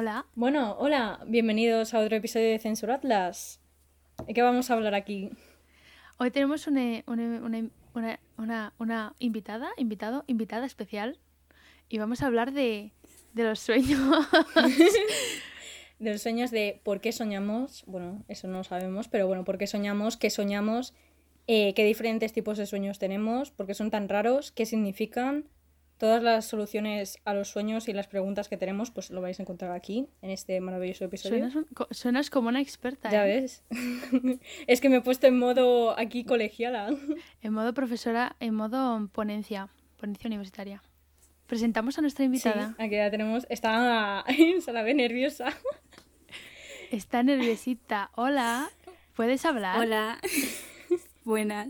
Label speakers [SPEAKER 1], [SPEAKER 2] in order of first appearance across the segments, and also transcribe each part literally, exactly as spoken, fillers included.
[SPEAKER 1] Hola.
[SPEAKER 2] Bueno, hola, bienvenidos a otro episodio de Censur Atlas. ¿De qué vamos a hablar aquí?
[SPEAKER 1] Hoy tenemos una, una, una, una, una, una invitada, invitado, invitada especial y vamos a hablar de, de los sueños.
[SPEAKER 2] De los sueños, de por qué soñamos. Bueno, eso no lo sabemos, pero bueno, por qué soñamos, qué soñamos, eh, qué diferentes tipos de sueños tenemos, por qué son tan raros, qué significan. Todas las soluciones a los sueños y las preguntas que tenemos, pues lo vais a encontrar aquí, en este maravilloso episodio.
[SPEAKER 1] Suenas, un- co- suenas como una experta,
[SPEAKER 2] Ya
[SPEAKER 1] ¿eh?
[SPEAKER 2] ves. Es que me he puesto en modo aquí colegiala.
[SPEAKER 1] En modo profesora, en modo ponencia, ponencia universitaria. Presentamos a nuestra
[SPEAKER 2] Sí,
[SPEAKER 1] invitada.
[SPEAKER 2] aquí la tenemos. Está, se la ve nerviosa.
[SPEAKER 1] Está nerviosita. Hola. ¿Puedes hablar?
[SPEAKER 3] Hola, buenas.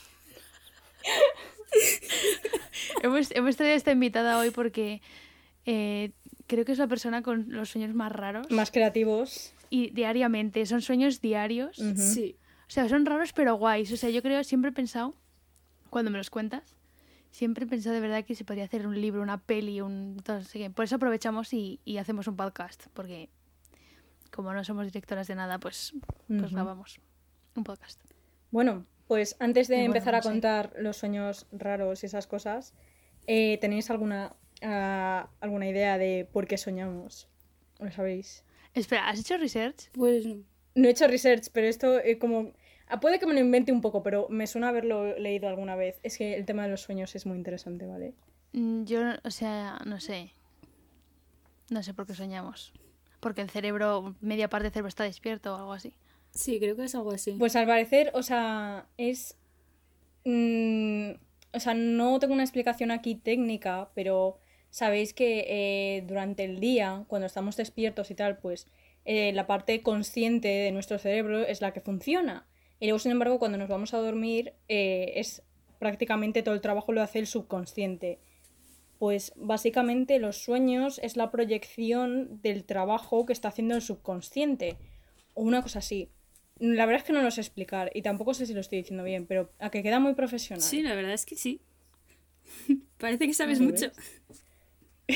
[SPEAKER 1] Hemos, hemos traído a esta invitada hoy porque eh, creo que es la persona con los sueños más raros.
[SPEAKER 2] Más creativos.
[SPEAKER 1] Y diariamente. Son sueños diarios.
[SPEAKER 2] Ujú.
[SPEAKER 3] Sí,
[SPEAKER 1] O sea, son raros pero guays. O sea, yo creo, siempre he pensado, cuando me los cuentas, siempre he pensado de verdad que se podría hacer un libro, una peli, un... todo, no sé qué. Por eso aprovechamos y, y hacemos un podcast. Porque como no somos directoras de nada, pues, pues
[SPEAKER 2] Ujú.
[SPEAKER 1] grabamos un podcast.
[SPEAKER 2] Bueno, pues antes de
[SPEAKER 1] Y bueno,
[SPEAKER 2] empezar
[SPEAKER 1] no
[SPEAKER 2] a
[SPEAKER 1] sé.
[SPEAKER 2] contar los sueños raros y esas cosas, eh, ¿tenéis alguna, ah, alguna idea de por qué soñamos? ¿Lo sabéis?
[SPEAKER 1] Espera, ¿has hecho research?
[SPEAKER 3] pues
[SPEAKER 2] No he hecho research, pero esto eh, como... ah, puede que me lo invente un poco, pero me suena haberlo leído alguna vez. Es que el tema de los sueños es muy interesante, ¿vale?
[SPEAKER 1] Mm, Yo, o sea, no sé. No sé por qué soñamos. Porque el cerebro, media parte del cerebro está despierto o algo así.
[SPEAKER 3] sí, creo que es algo así.
[SPEAKER 2] Pues al parecer, o sea, es... mm, o sea, no tengo una explicación aquí técnica, pero sabéis que eh, durante el día, cuando estamos despiertos y tal, pues eh, la parte consciente de nuestro cerebro es la que funciona. Y luego, sin embargo, cuando nos vamos a dormir, eh, es prácticamente todo el trabajo lo hace el subconsciente. Pues básicamente los sueños es la proyección del trabajo que está haciendo el subconsciente. O una cosa así. La verdad es que no lo sé explicar y tampoco sé si lo estoy diciendo bien, pero a que queda muy profesional.
[SPEAKER 3] Sí, la verdad es que sí. Parece que sabes
[SPEAKER 2] ¿Lo
[SPEAKER 3] mucho.
[SPEAKER 2] ves?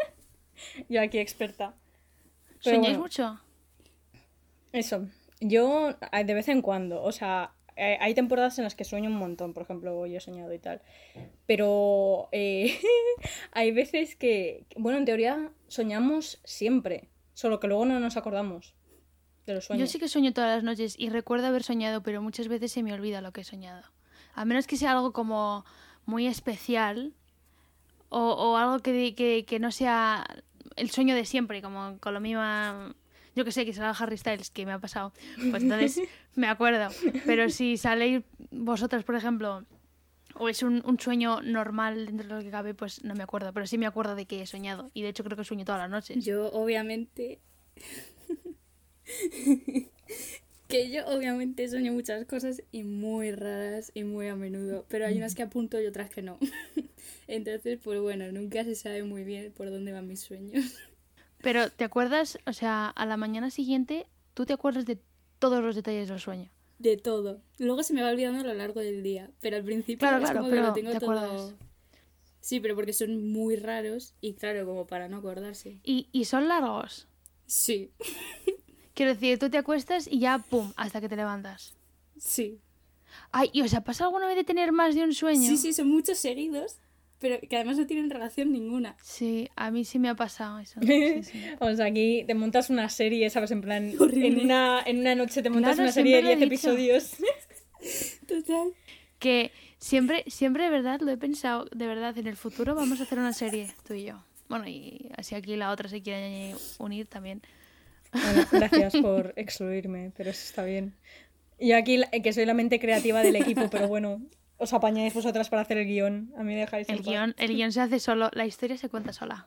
[SPEAKER 2] Yo aquí experta. Pero
[SPEAKER 1] ¿Soñáis
[SPEAKER 2] bueno,
[SPEAKER 1] mucho?
[SPEAKER 2] eso. Yo eh, de vez en cuando, o sea, eh, hay temporadas en las que sueño un montón, por ejemplo, hoy he soñado y tal. Pero eh, hay veces que, bueno, en teoría soñamos siempre, solo que luego no nos acordamos de los
[SPEAKER 1] Yo
[SPEAKER 2] sueños.
[SPEAKER 1] sí que sueño todas las noches y recuerdo haber soñado, pero muchas veces se me olvida lo que he soñado. A menos que sea algo como muy especial o, o algo que, que, que no sea el sueño de siempre, como con lo mismo, yo que sé, que salga Harry Styles, que me ha pasado, pues entonces me acuerdo. Pero si saléis vosotras, por ejemplo, o es un, un sueño normal dentro de lo que cabe, pues no me acuerdo. Pero sí me acuerdo de que he soñado. Y de hecho creo que sueño todas las noches.
[SPEAKER 3] Yo, obviamente. que yo, obviamente, sueño muchas cosas y muy raras y muy a menudo. Pero hay unas que apunto y otras que no. Entonces, pues bueno, nunca se sabe muy bien por dónde van mis sueños.
[SPEAKER 1] Pero ¿te acuerdas? O sea, a la mañana siguiente, ¿tú te acuerdas de todos los detalles del sueño?
[SPEAKER 3] De todo. Luego se me va olvidando a lo largo del día. Pero al principio
[SPEAKER 1] Claro,
[SPEAKER 3] es
[SPEAKER 1] claro,
[SPEAKER 3] como que
[SPEAKER 1] pero
[SPEAKER 3] lo tengo
[SPEAKER 1] ¿te
[SPEAKER 3] todo.
[SPEAKER 1] acuerdas?
[SPEAKER 3] Sí, pero porque son muy raros y claro, como para no acordarse.
[SPEAKER 1] Y, y son largos.
[SPEAKER 3] Sí,
[SPEAKER 1] Quiero decir, tú te acuestas y ya, pum, hasta que te levantas.
[SPEAKER 3] sí.
[SPEAKER 1] Ay, ¿y os ha pasado alguna vez de tener más de un sueño?
[SPEAKER 3] Sí, sí, son muchos seguidos, pero que además no tienen relación ninguna.
[SPEAKER 1] Sí, a mí sí me ha pasado eso. Sí, sí.
[SPEAKER 2] O sea, aquí te montas una serie, ¿sabes? En plan,
[SPEAKER 3] Horrible.
[SPEAKER 2] en una, en una noche te montas
[SPEAKER 1] Claro,
[SPEAKER 2] una serie de
[SPEAKER 1] siempre lo he
[SPEAKER 2] diez
[SPEAKER 1] dicho.
[SPEAKER 2] episodios.
[SPEAKER 3] Total.
[SPEAKER 1] Que siempre, siempre de verdad lo he pensado, de verdad, en el futuro vamos a hacer una serie, tú y yo. Bueno, y así aquí la otra se quiere unir también.
[SPEAKER 2] Bueno, gracias por excluirme, pero eso está bien. Yo aquí, la- que soy la mente creativa del equipo, pero bueno, os apañáis vosotras para hacer el guión. A mí me dejáis en
[SPEAKER 1] El
[SPEAKER 2] paz.
[SPEAKER 1] guión, el guión se hace solo, la historia se cuenta sola.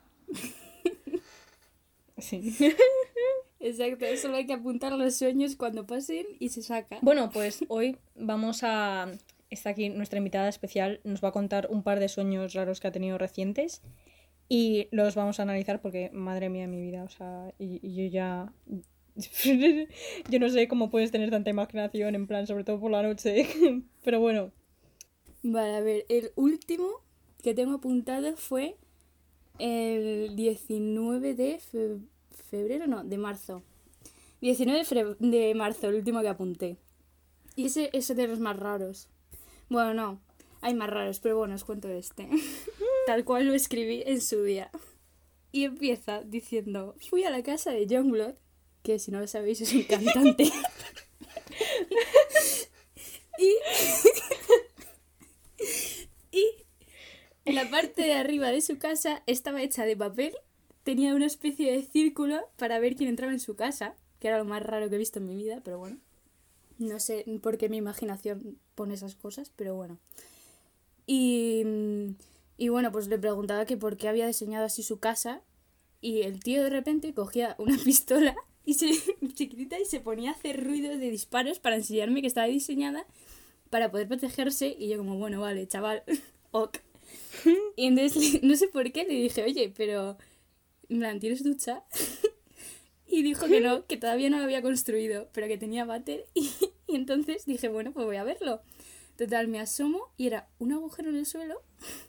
[SPEAKER 2] Sí.
[SPEAKER 3] Exacto, solo hay que apuntar los sueños cuando pasen y se saca.
[SPEAKER 2] Bueno, pues hoy vamos a... Está aquí nuestra invitada especial, nos va a contar un par de sueños raros que ha tenido recientes y los vamos a analizar porque, madre mía, mi vida, o sea, y, y yo ya... yo no sé cómo puedes tener tanta imaginación, en plan, sobre todo por la noche, pero bueno.
[SPEAKER 3] Vale, a ver, el último que tengo apuntado fue el diecinueve de fe- febrero, no, de marzo. diecinueve de, fre- de marzo, el último que apunté. Y ese es de los más raros. Bueno, no, hay más raros, pero bueno, os cuento este. Tal cual lo escribí en su día. Y empieza diciendo, fui a la casa de Youngblood, que si no lo sabéis es un cantante. y... y la parte de arriba de su casa estaba hecha de papel, tenía una especie de círculo para ver quién entraba en su casa, que era lo más raro que he visto en mi vida, pero bueno. No sé por qué mi imaginación pone esas cosas, pero bueno. Y, y bueno, pues le preguntaba que por qué había diseñado así su casa, y el tío de repente cogía una pistola y se, chiquitita y se ponía a hacer ruidos de disparos para enseñarme que estaba diseñada para poder protegerse, y yo como, bueno, vale, chaval, ok. Y entonces, no sé por qué, le dije, oye, pero, en plan, ¿tienes ducha? Y dijo que no, que todavía no lo había construido, pero que tenía váter, y, y entonces dije, bueno, pues voy a verlo. Total, me asomo y era un agujero en el suelo,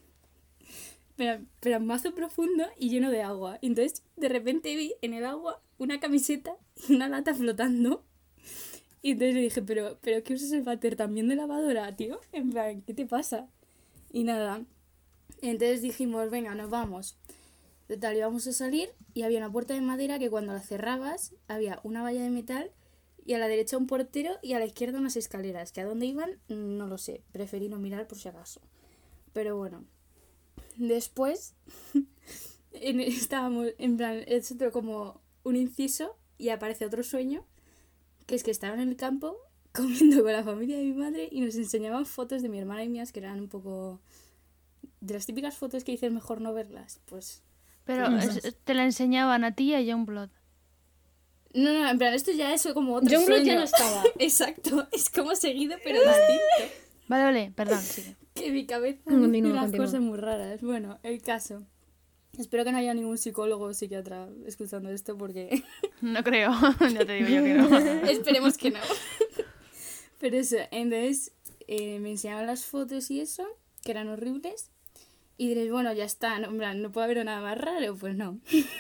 [SPEAKER 3] pero, pero mazo profundo y lleno de agua. Y entonces, de repente vi en el agua una camiseta y una lata flotando. Y entonces le dije, pero, pero ¿qué usas el váter también de lavadora, tío? En plan, ¿qué te pasa? Y nada. Entonces dijimos, venga, nos vamos. Total, íbamos a salir y había una puerta de madera que cuando la cerrabas había una valla de metal y a la derecha un portero y a la izquierda unas escaleras. Que a dónde iban, no lo sé. Preferí no mirar por si acaso. Pero bueno. Después en, estábamos, en plan, es otro como un inciso y aparece otro sueño, que es que estaban en el campo comiendo con la familia de mi madre y nos enseñaban fotos de mi hermana y mías que eran un poco de las típicas fotos que dices mejor no verlas, pues.
[SPEAKER 1] Pero
[SPEAKER 2] Mm.
[SPEAKER 1] es- te la enseñaban a ti y a Youngblood.
[SPEAKER 3] No, no, en plan, esto ya es como otro
[SPEAKER 2] Youngblood
[SPEAKER 3] sueño.
[SPEAKER 2] ya no estaba.
[SPEAKER 3] Exacto, es como seguido pero distinto.
[SPEAKER 1] Vale, vale, perdón, sigue.
[SPEAKER 3] Que mi cabeza
[SPEAKER 2] Continúa,
[SPEAKER 3] dice unas
[SPEAKER 2] continúa.
[SPEAKER 3] cosas muy raras. Bueno, el caso. Espero que no haya ningún psicólogo o psiquiatra escuchando esto porque
[SPEAKER 1] No creo, ya te digo yo que no.
[SPEAKER 3] esperemos que no. Pero eso, entonces eh, me enseñaban las fotos y eso, que eran horribles. Y diréis, bueno, ya está, no, en plan, no puede haber nada más raro. Pues no.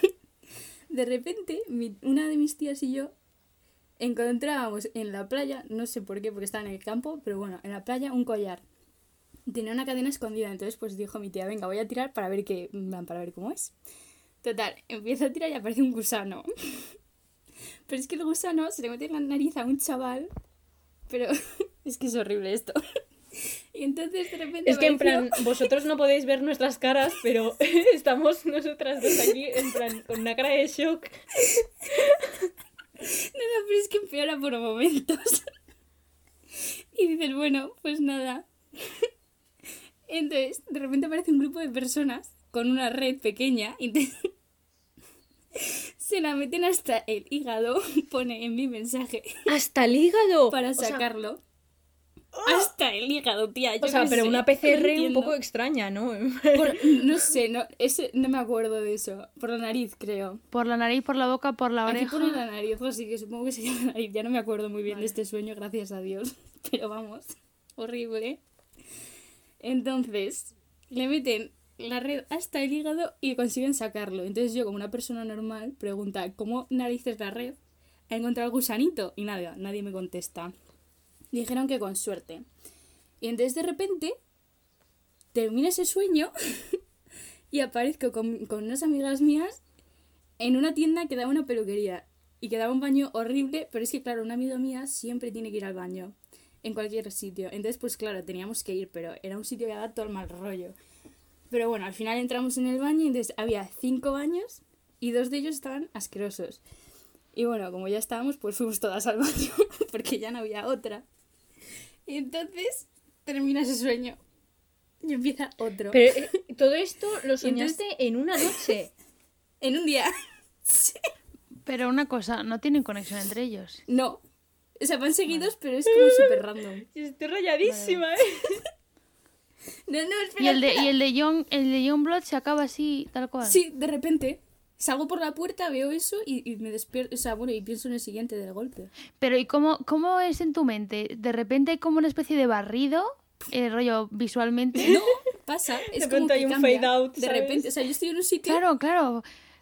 [SPEAKER 3] De repente, mi- una de mis tías y yo encontrábamos en la playa, no sé por qué, porque estaba en el campo, pero bueno, en la playa un collar. Tenía una cadena escondida, entonces pues dijo mi tía, venga, voy a tirar para ver qué, en plan, para ver cómo es. Total, empiezo a tirar y aparece un gusano. Pero es que el gusano se le mete en la nariz a un chaval, pero es que es horrible esto. Y entonces de repente
[SPEAKER 2] Es que en
[SPEAKER 3] apareció-
[SPEAKER 2] plan, vosotros no podéis ver nuestras caras, pero estamos nosotras dos aquí en plan con una cara de shock.
[SPEAKER 3] No, no, pero es que empeora por momentos. Y dices, bueno, pues nada. Entonces, de repente aparece un grupo de personas con una red pequeña y te- se la meten hasta el hígado, pone en mi mensaje,
[SPEAKER 2] ¡Hasta el hígado!
[SPEAKER 3] para
[SPEAKER 2] O sea,
[SPEAKER 3] sacarlo. Hasta el hígado, tía. Yo
[SPEAKER 2] O sea,
[SPEAKER 3] qué
[SPEAKER 2] pero
[SPEAKER 3] sé,
[SPEAKER 2] una P C
[SPEAKER 3] no
[SPEAKER 2] R un
[SPEAKER 3] entiendo.
[SPEAKER 2] poco extraña, ¿no?
[SPEAKER 3] Por- no sé, no, ese, no me acuerdo de eso. Por la nariz, creo.
[SPEAKER 1] Por la nariz, por la boca, por la
[SPEAKER 3] Aquí
[SPEAKER 1] oreja.
[SPEAKER 3] pone la nariz, pues sí que supongo que se llama nariz. Ya no me acuerdo muy bien de este sueño, gracias a Dios. Pero vamos, horrible. Entonces, le meten la red hasta el hígado y consiguen sacarlo. Entonces yo, como una persona normal, pregunta, ¿cómo narices la red ha encontrado el gusanito? Y nada, nadie me contesta. Dijeron que con suerte. Y entonces de repente termina ese sueño y aparezco con, con unas amigas mías en una tienda que daba una peluquería y que daba un baño horrible, pero es que claro, una amiga mía siempre tiene que ir al baño en cualquier sitio. Entonces pues claro, teníamos que ir, pero era un sitio que daba todo el mal rollo. Pero bueno, al final entramos en el baño y entonces había cinco baños y dos de ellos estaban asquerosos. Y bueno, como ya estábamos, pues fuimos todas al baño porque ya no había otra. Y entonces termina ese sueño y empieza otro.
[SPEAKER 2] Pero eh, todo esto lo
[SPEAKER 3] Y entonces-
[SPEAKER 2] soñaste en una noche.
[SPEAKER 3] En un día. Sí.
[SPEAKER 1] Pero una cosa, no tienen conexión entre ellos.
[SPEAKER 3] No. O sea, van seguidos, pero es como súper random.
[SPEAKER 2] Estoy rayadísima, ¿eh?
[SPEAKER 3] No, no, espera.
[SPEAKER 1] Y el de,
[SPEAKER 3] espera.
[SPEAKER 1] y el de Young, el de Youngblood se acaba así, tal cual.
[SPEAKER 3] Sí, de repente. Salgo por la puerta, veo eso y, y me despierto. O sea, bueno, y pienso en el siguiente del golpe.
[SPEAKER 1] Pero ¿y cómo, cómo es en tu mente? De repente hay como una especie de barrido, el rollo visualmente.
[SPEAKER 3] No, pasa. Es
[SPEAKER 2] De
[SPEAKER 3] como
[SPEAKER 2] pronto
[SPEAKER 3] que
[SPEAKER 2] hay un
[SPEAKER 3] cambia.
[SPEAKER 2] fade out,
[SPEAKER 3] De
[SPEAKER 2] ¿sabes?
[SPEAKER 3] repente, o sea, yo estoy en un sitio.
[SPEAKER 1] Claro, claro.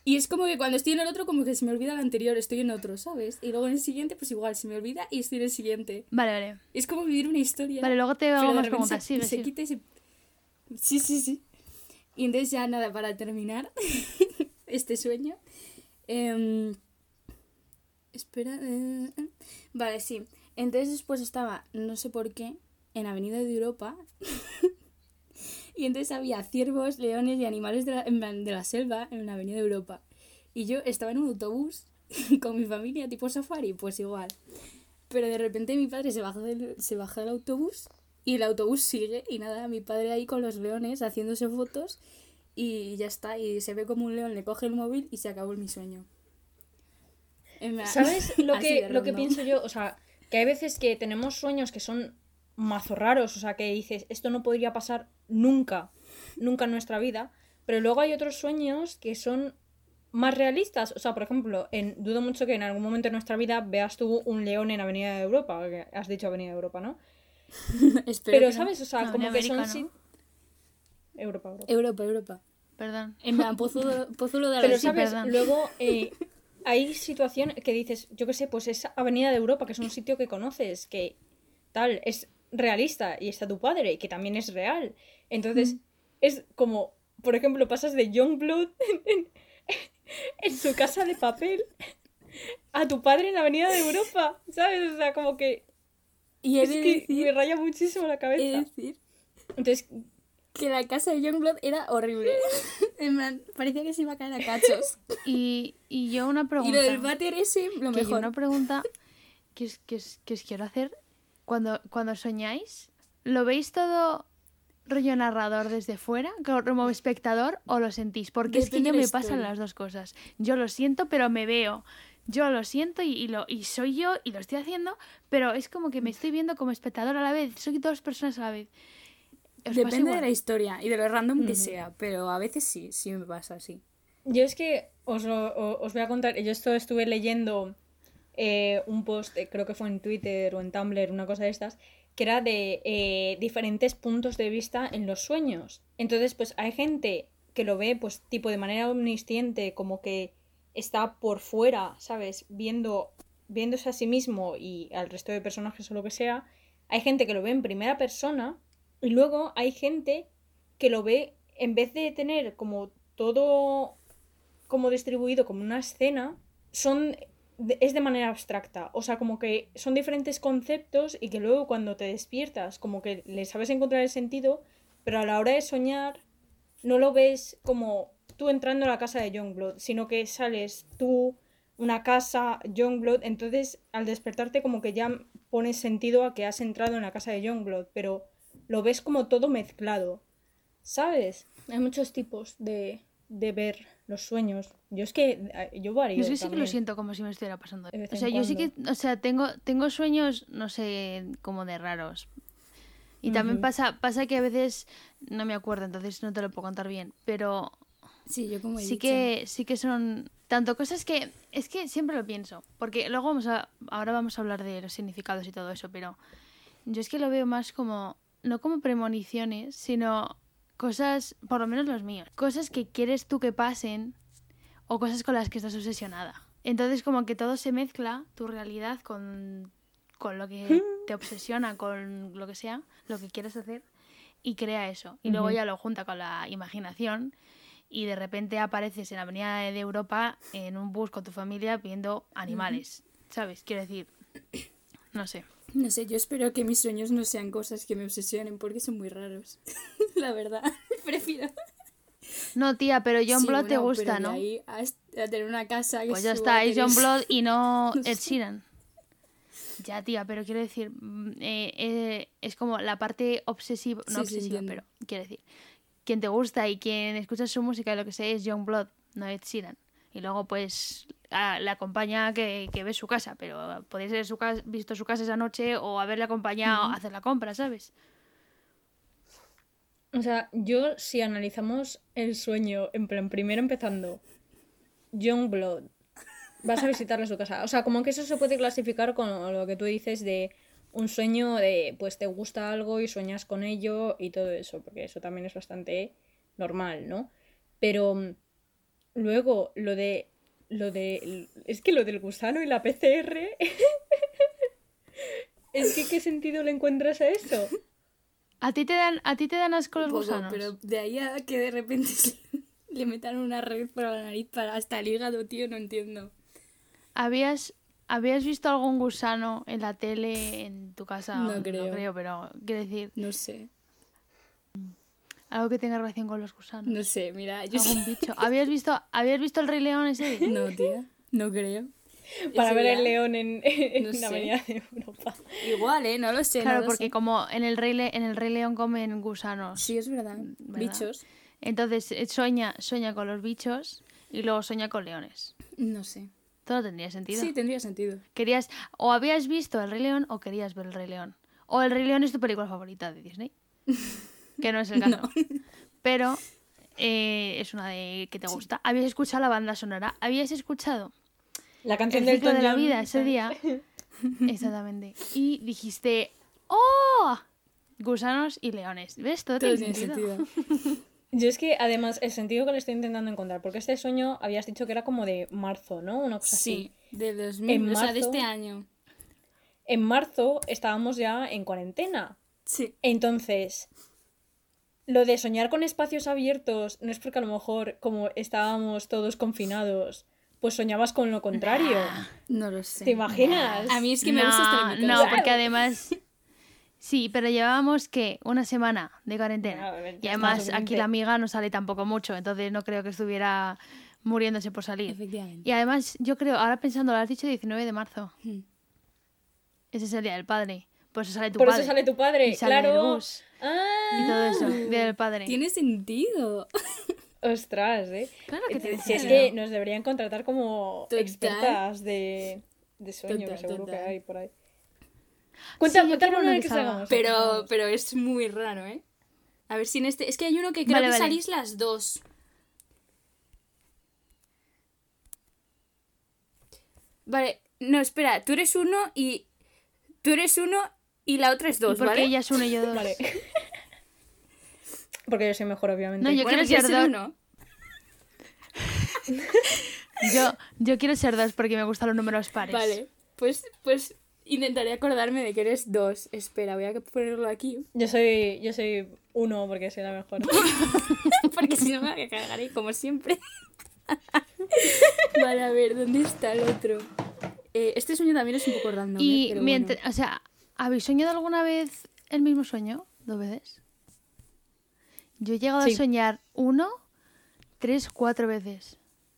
[SPEAKER 3] Y es como que cuando estoy en el otro, como que se me olvida el anterior, estoy en otro, ¿sabes? Y luego en el siguiente, pues igual, se me olvida y estoy en el siguiente.
[SPEAKER 1] Vale, vale.
[SPEAKER 3] Es como vivir una historia.
[SPEAKER 1] Vale, luego te
[SPEAKER 3] pero
[SPEAKER 1] hago
[SPEAKER 3] de
[SPEAKER 1] más
[SPEAKER 3] repente
[SPEAKER 1] preguntas.
[SPEAKER 3] se,
[SPEAKER 1] Sigue,
[SPEAKER 3] se
[SPEAKER 1] sigue.
[SPEAKER 3] quita y se... Sí, sí, sí. Y entonces ya nada, para terminar este sueño. Eh... Espera. Eh... Vale, sí. Entonces después estaba, no sé por qué, en Avenida de Europa. Y entonces había ciervos, leones y animales de la, en plan, de la selva en la Avenida de Europa. Y yo estaba en un autobús con mi familia, tipo safari, pues igual. Pero de repente mi padre se baja del, se baja del autobús y el autobús sigue. Y nada, mi padre ahí con los leones haciéndose fotos y ya está. Y se ve como un león le coge el móvil y se acabó mi sueño.
[SPEAKER 2] ¿Sabes lo que, lo que pienso yo? O sea, que hay veces que tenemos sueños que son mazo raros, o sea, que dices, esto no podría pasar nunca, nunca en nuestra vida, pero luego hay otros sueños que son más realistas, o sea, por ejemplo, en, dudo mucho que en algún momento de nuestra vida veas tú un león en Avenida de Europa, que has dicho Avenida de Europa, ¿no? Pero, ¿sabes? O sea,
[SPEAKER 1] no,
[SPEAKER 2] como
[SPEAKER 1] en
[SPEAKER 2] que
[SPEAKER 1] América,
[SPEAKER 2] son...
[SPEAKER 1] ¿no?
[SPEAKER 2] Sí... Europa, Europa.
[SPEAKER 3] Europa, Europa.
[SPEAKER 1] Perdón.
[SPEAKER 3] En plan, Pozuelo, Pozuelo de la
[SPEAKER 2] Pero,
[SPEAKER 1] sí,
[SPEAKER 2] ¿sabes?
[SPEAKER 1] perdón.
[SPEAKER 2] Luego eh, hay situaciones que dices, yo qué sé, pues es Avenida de Europa, que es un sitio que conoces, que tal, es realista, y está tu padre, que también es real. Entonces, mm. es como, por ejemplo, pasas de Youngblood en, en, en su casa de papel a tu padre en la Avenida de Europa, ¿sabes? O sea, como que...
[SPEAKER 3] Y
[SPEAKER 2] es
[SPEAKER 3] de
[SPEAKER 2] que
[SPEAKER 3] decir,
[SPEAKER 2] me raya muchísimo la cabeza.
[SPEAKER 3] He de decir
[SPEAKER 2] Entonces...
[SPEAKER 3] que la casa de Youngblood era horrible. En plan, parecía que se iba a caer a cachos.
[SPEAKER 1] Y, y yo una pregunta.
[SPEAKER 3] Y lo del váter ese, lo
[SPEAKER 1] que
[SPEAKER 3] mejor.
[SPEAKER 1] Yo una pregunta que os, que os, que os quiero hacer. Cuando, cuando soñáis, ¿lo veis todo rollo narrador desde fuera, como espectador, o lo sentís? Porque Depende es que yo me historia. pasan las dos cosas. Yo lo siento, pero me veo. Yo lo siento y, y, lo, y soy yo y lo estoy haciendo, pero es como que me estoy viendo como espectador a la vez. Soy dos personas a la vez.
[SPEAKER 3] Depende de la historia y de lo random que uh-huh. sea, pero a veces sí, sí me pasa así.
[SPEAKER 2] Yo es que os, lo, os voy a contar, yo esto estuve leyendo eh, un post, eh, creo que fue en Twitter o en Tumblr, una cosa de estas, que era de eh, diferentes puntos de vista en los sueños. Entonces, pues hay gente que lo ve, pues, tipo de manera omnisciente, como que está por fuera, ¿sabes? Viendo, viéndose a sí mismo y al resto de personajes o lo que sea. Hay gente que lo ve en primera persona. Y luego hay gente que lo ve, en vez de tener como todo como distribuido como una escena, son es de manera abstracta. O sea, como que son diferentes conceptos y que luego cuando te despiertas como que le sabes encontrar el sentido, pero a la hora de soñar no lo ves como tú entrando a la casa de Youngblood, sino que sales tú, una casa, Youngblood, entonces al despertarte como que ya pones sentido a que has entrado en la casa de Youngblood, pero... lo ves como todo mezclado, ¿sabes? Hay muchos tipos de, de ver los sueños. Yo es que yo varío
[SPEAKER 1] Yo es que
[SPEAKER 2] también.
[SPEAKER 1] sí que lo siento como si me estuviera pasando.
[SPEAKER 2] De vez
[SPEAKER 1] o sea,
[SPEAKER 2] en
[SPEAKER 1] yo sí
[SPEAKER 2] cuando.
[SPEAKER 1] que, o sea, tengo tengo sueños, no sé, como de raros. Y uh-huh. también pasa pasa que a veces no me acuerdo, entonces no te lo puedo contar bien, pero
[SPEAKER 3] sí, yo como he
[SPEAKER 1] sí
[SPEAKER 3] dicho.
[SPEAKER 1] que sí que son tanto cosas que es que siempre lo pienso, porque luego vamos a ahora vamos a hablar de los significados y todo eso, pero yo es que lo veo más como no como premoniciones, sino cosas, por lo menos los míos, cosas que quieres tú que pasen o cosas con las que estás obsesionada. Entonces como que todo se mezcla, tu realidad con, con lo que te obsesiona, con lo que sea, lo que quieres hacer, y crea eso. Y uh-huh. luego ya lo junta con la imaginación y de repente apareces en la Avenida de Europa en un bus con tu familia viendo animales, uh-huh. ¿sabes? Quiero decir, no sé.
[SPEAKER 3] No sé, yo espero que mis sueños no sean cosas que me obsesionen porque son muy raros. La verdad, prefiero.
[SPEAKER 1] No, tía, pero John
[SPEAKER 3] sí,
[SPEAKER 1] Blood
[SPEAKER 3] bueno,
[SPEAKER 1] te gusta,
[SPEAKER 3] pero
[SPEAKER 1] ¿no?
[SPEAKER 3] De ahí a, a tener una casa que
[SPEAKER 1] pues ya está, es John Blood y no, no Ed Sheeran.
[SPEAKER 3] Sé.
[SPEAKER 1] Ya, tía, pero quiero decir, eh, eh, es como la parte obsesiva, no
[SPEAKER 3] sí,
[SPEAKER 1] obsesiva,
[SPEAKER 3] sí,
[SPEAKER 1] pero quiero decir, quien te gusta y quien escucha su música y lo que sea es John Blood, no Ed Sheeran. Y luego, pues, a, la acompaña que, que ve su casa, pero podéis haber su casa, visto su casa esa noche o haberle acompañado uh-huh. a hacer la compra, ¿sabes?
[SPEAKER 2] O sea, yo, si analizamos el sueño, en plan, primero empezando, Youngblood, vas a visitarle a su casa. O sea, como que eso se puede clasificar con lo que tú dices de un sueño de, pues, te gusta algo y sueñas con ello y todo eso, porque eso también es bastante normal, ¿no? Pero... Luego, lo de... Lo de... Es que lo del gusano y la P C R... Es que, ¿qué sentido le encuentras a eso?
[SPEAKER 1] ¿A ti te dan, a ti te dan asco los
[SPEAKER 3] Poco,
[SPEAKER 1] gusanos?
[SPEAKER 3] pero de ahí a que de repente se- le metan una red por la nariz para hasta el hígado, tío, no entiendo.
[SPEAKER 1] ¿Habías, ¿Habías visto algún gusano en la tele, en tu casa?
[SPEAKER 3] No creo.
[SPEAKER 1] No creo, pero quiero decir,
[SPEAKER 3] No sé,
[SPEAKER 1] algo que tenga relación con los gusanos.
[SPEAKER 3] no sé, mira, yo
[SPEAKER 1] Algún bicho. ¿Habías visto, ¿Habías visto el Rey León ese día?
[SPEAKER 3] No, tía, no creo.
[SPEAKER 2] Para
[SPEAKER 3] Ese
[SPEAKER 2] ver
[SPEAKER 3] día-
[SPEAKER 2] el león en, en
[SPEAKER 3] No
[SPEAKER 2] la
[SPEAKER 3] sé.
[SPEAKER 2] avenida de Europa.
[SPEAKER 3] Igual, ¿eh? No lo sé,
[SPEAKER 1] Claro,
[SPEAKER 3] no lo
[SPEAKER 1] porque
[SPEAKER 3] sé.
[SPEAKER 1] como en el Rey, Le- en el Rey León comen gusanos.
[SPEAKER 3] Sí, es verdad.
[SPEAKER 1] ¿verdad?
[SPEAKER 3] Bichos,
[SPEAKER 1] Entonces eh, sueña, sueña con los bichos y luego sueña con leones.
[SPEAKER 3] no sé.
[SPEAKER 1] Todo tendría sentido.
[SPEAKER 3] Sí, tendría sentido.
[SPEAKER 1] Querías, o habías visto el Rey León o querías ver el Rey León. O el Rey León es tu película favorita de Disney. Que no es el caso. Pero eh, es una de que te gusta. ¿Habías escuchado la banda sonora? ¿Habías escuchado
[SPEAKER 2] La canción
[SPEAKER 1] el
[SPEAKER 2] del
[SPEAKER 1] ciclo de la
[SPEAKER 2] Elton
[SPEAKER 1] vida
[SPEAKER 2] John,
[SPEAKER 1] ese día? Exactamente. Y dijiste, ¡oh! Gusanos y leones. ¿Ves? Todo,
[SPEAKER 3] Todo
[SPEAKER 1] tiene
[SPEAKER 3] tiene
[SPEAKER 1] sentido.
[SPEAKER 3] sentido.
[SPEAKER 2] Yo es que, además, el sentido que le estoy intentando encontrar, porque este sueño habías dicho que era como de marzo, ¿no? Una cosa
[SPEAKER 3] Sí,
[SPEAKER 2] así.
[SPEAKER 3] de dos mil,
[SPEAKER 2] En
[SPEAKER 3] o sea, de
[SPEAKER 2] marzo-
[SPEAKER 3] este año.
[SPEAKER 2] En marzo estábamos ya en cuarentena.
[SPEAKER 3] Sí.
[SPEAKER 2] Entonces, lo de soñar con espacios abiertos no es porque a lo mejor, como estábamos todos confinados, pues soñabas con lo contrario.
[SPEAKER 3] No lo sé.
[SPEAKER 2] ¿Te imaginas?
[SPEAKER 3] A mí es que me gusta estar en mi
[SPEAKER 1] No,
[SPEAKER 3] casa.
[SPEAKER 1] porque además... Sí, pero llevábamos, ¿qué? Una semana de cuarentena.
[SPEAKER 2] Bueno, ya
[SPEAKER 1] Y
[SPEAKER 2] está
[SPEAKER 1] además
[SPEAKER 2] suficiente.
[SPEAKER 1] aquí la amiga no sale tampoco mucho, entonces no creo que estuviera muriéndose por salir.
[SPEAKER 3] Efectivamente.
[SPEAKER 1] Y además, yo creo, ahora pensando, lo has dicho diecinueve de marzo.
[SPEAKER 3] Hmm.
[SPEAKER 1] Ese es el día del padre. Por eso sale tu
[SPEAKER 2] Por
[SPEAKER 1] padre.
[SPEAKER 2] eso sale tu padre,
[SPEAKER 1] Y sale
[SPEAKER 2] claro.
[SPEAKER 1] el bus.
[SPEAKER 2] Ah,
[SPEAKER 1] Y todo eso, día del padre.
[SPEAKER 3] Tiene sentido.
[SPEAKER 2] ostras, ¿eh?
[SPEAKER 1] Claro que tiene
[SPEAKER 2] Si es
[SPEAKER 1] sentido.
[SPEAKER 2] que nos deberían contratar como
[SPEAKER 3] Total.
[SPEAKER 2] expertas de, de sueño,
[SPEAKER 3] Total,
[SPEAKER 2] que seguro
[SPEAKER 3] total.
[SPEAKER 2] que hay por ahí. Cuenta,
[SPEAKER 1] Sí, yo
[SPEAKER 2] cuenta
[SPEAKER 1] quiero
[SPEAKER 2] uno
[SPEAKER 1] uno
[SPEAKER 2] en el
[SPEAKER 1] que
[SPEAKER 2] que
[SPEAKER 1] salga.
[SPEAKER 2] salgamos.
[SPEAKER 3] Pero, pero es muy raro, ¿eh? A ver si en este... Es que hay uno que creo
[SPEAKER 1] Vale,
[SPEAKER 3] que
[SPEAKER 1] vale.
[SPEAKER 3] salís las dos. Vale, no, espera. Tú eres uno y... Tú eres uno y la otra es dos,
[SPEAKER 1] Porque
[SPEAKER 3] ¿vale?
[SPEAKER 1] ella es uno y yo dos.
[SPEAKER 2] Vale. Porque yo soy mejor, obviamente.
[SPEAKER 1] No, yo
[SPEAKER 3] Bueno,
[SPEAKER 1] quiero
[SPEAKER 3] ¿quieres
[SPEAKER 1] ser
[SPEAKER 3] ser
[SPEAKER 1] dos.
[SPEAKER 3] uno?
[SPEAKER 1] Yo, yo quiero ser dos porque me gustan los números pares.
[SPEAKER 3] Vale, pues, pues intentaré acordarme de que eres dos. Espera, voy a ponerlo aquí.
[SPEAKER 2] Yo soy, yo soy uno porque soy la mejor.
[SPEAKER 3] Porque si no me cagaré, como siempre. Vale, a ver, ¿dónde está el otro? Eh, este sueño también es un poco random. ¿eh?
[SPEAKER 1] Y
[SPEAKER 3] Pero
[SPEAKER 1] mientras,
[SPEAKER 3] bueno.
[SPEAKER 1] o sea, ¿habéis soñado alguna vez el mismo sueño? ¿Dos veces? Yo he llegado
[SPEAKER 2] Sí.
[SPEAKER 1] a soñar uno, tres, cuatro veces.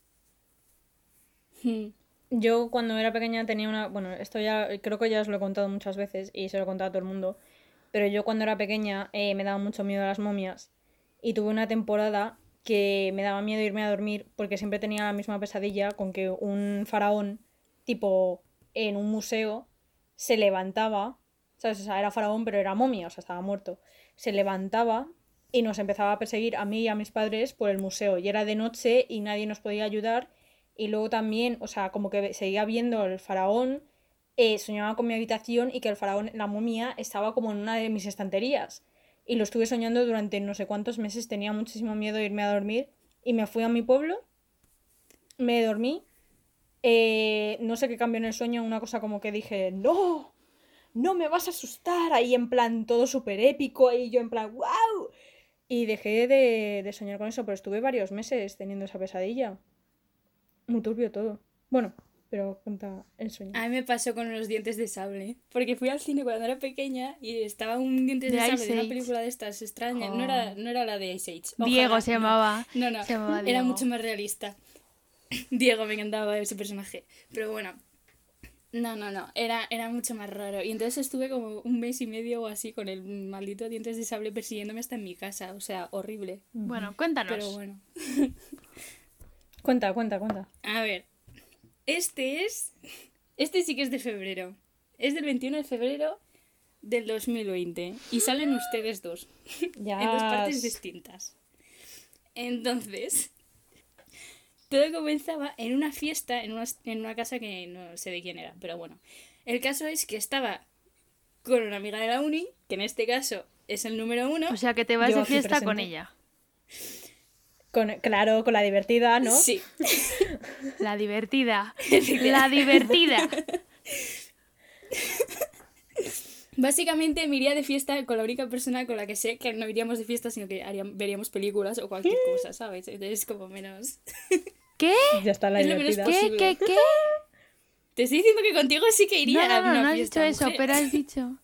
[SPEAKER 3] Hmm.
[SPEAKER 2] Yo cuando era pequeña tenía una... Bueno, esto ya creo que ya os lo he contado muchas veces y se lo he contado a todo el mundo. Pero yo cuando era pequeña eh, me daba mucho miedo a las momias. Y tuve una temporada que me daba miedo irme a dormir porque siempre tenía la misma pesadilla con que un faraón, tipo en un museo, se levantaba. ¿Sabes? O sea, era faraón pero era momia, o sea, estaba muerto. Se levantaba y nos empezaba a perseguir a mí y a mis padres por el museo. Y era de noche y nadie nos podía ayudar. Y luego también, o sea, como que seguía viendo el faraón, eh, soñaba con mi habitación y que el faraón, la momia, estaba como en una de mis estanterías. Y lo estuve soñando durante no sé cuántos meses, tenía muchísimo miedo de irme a dormir. Y me fui a mi pueblo, me dormí, eh, no sé qué cambió en el sueño, una cosa como que dije, no, no me vas a asustar, ahí en plan todo súper épico, ahí yo en plan, wow. Y dejé de, de soñar con eso, pero estuve varios meses teniendo esa pesadilla. Muy turbio todo. Bueno, pero cuenta el sueño.
[SPEAKER 3] A mí me pasó con los dientes de sable. Porque fui al cine cuando era pequeña y estaba un dientes de,
[SPEAKER 1] De
[SPEAKER 3] sable
[SPEAKER 1] Ice
[SPEAKER 3] de una
[SPEAKER 1] Age.
[SPEAKER 3] película de estas extrañas.
[SPEAKER 1] Oh.
[SPEAKER 3] No, era, no era la de Ice Age. Ojalá,
[SPEAKER 1] Diego se
[SPEAKER 3] no.
[SPEAKER 1] llamaba.
[SPEAKER 3] No, no,
[SPEAKER 1] Se llamaba
[SPEAKER 3] era
[SPEAKER 1] Diego.
[SPEAKER 3] mucho más realista. Diego, me encantaba ese personaje. Pero bueno, no, no, no, era, era mucho más raro. Y entonces estuve como un mes y medio o así con el maldito dientes de sable persiguiéndome hasta en mi casa. O sea, horrible.
[SPEAKER 1] Bueno, cuéntanos.
[SPEAKER 3] Pero bueno.
[SPEAKER 2] Cuenta, cuenta, cuenta.
[SPEAKER 3] A ver, este es... Este sí que es de febrero. Es del veintiuno de febrero del dos mil veinte. Y salen ustedes dos.
[SPEAKER 2] Ya.
[SPEAKER 3] En dos partes distintas. Entonces, todo comenzaba en una fiesta, en una, en una casa que no sé de quién era, pero bueno. El caso es que estaba con una amiga de la uni, que en este caso es el número uno.
[SPEAKER 1] O sea, que te vas
[SPEAKER 2] Yo
[SPEAKER 1] de
[SPEAKER 2] aquí
[SPEAKER 1] fiesta
[SPEAKER 2] presente.
[SPEAKER 1] con ella.
[SPEAKER 2] Con, claro, con la divertida, ¿no?
[SPEAKER 3] Sí.
[SPEAKER 1] La divertida. La divertida.
[SPEAKER 3] Básicamente me iría de fiesta con la única persona con la que sé que no iríamos de fiesta, sino que haríamos, veríamos películas o cualquier cosa, ¿sabes? Entonces como menos...
[SPEAKER 1] ¿Qué?
[SPEAKER 2] Ya está la
[SPEAKER 3] Es lo menos
[SPEAKER 2] divertida.
[SPEAKER 1] ¿Qué?
[SPEAKER 3] posible.
[SPEAKER 1] ¿Qué? ¿Qué?
[SPEAKER 3] Te estoy diciendo que contigo sí que iría
[SPEAKER 1] No,
[SPEAKER 3] a
[SPEAKER 1] no, no,
[SPEAKER 3] una
[SPEAKER 1] no has
[SPEAKER 3] fiesta,
[SPEAKER 1] dicho eso,
[SPEAKER 3] mujer.
[SPEAKER 1] pero has dicho...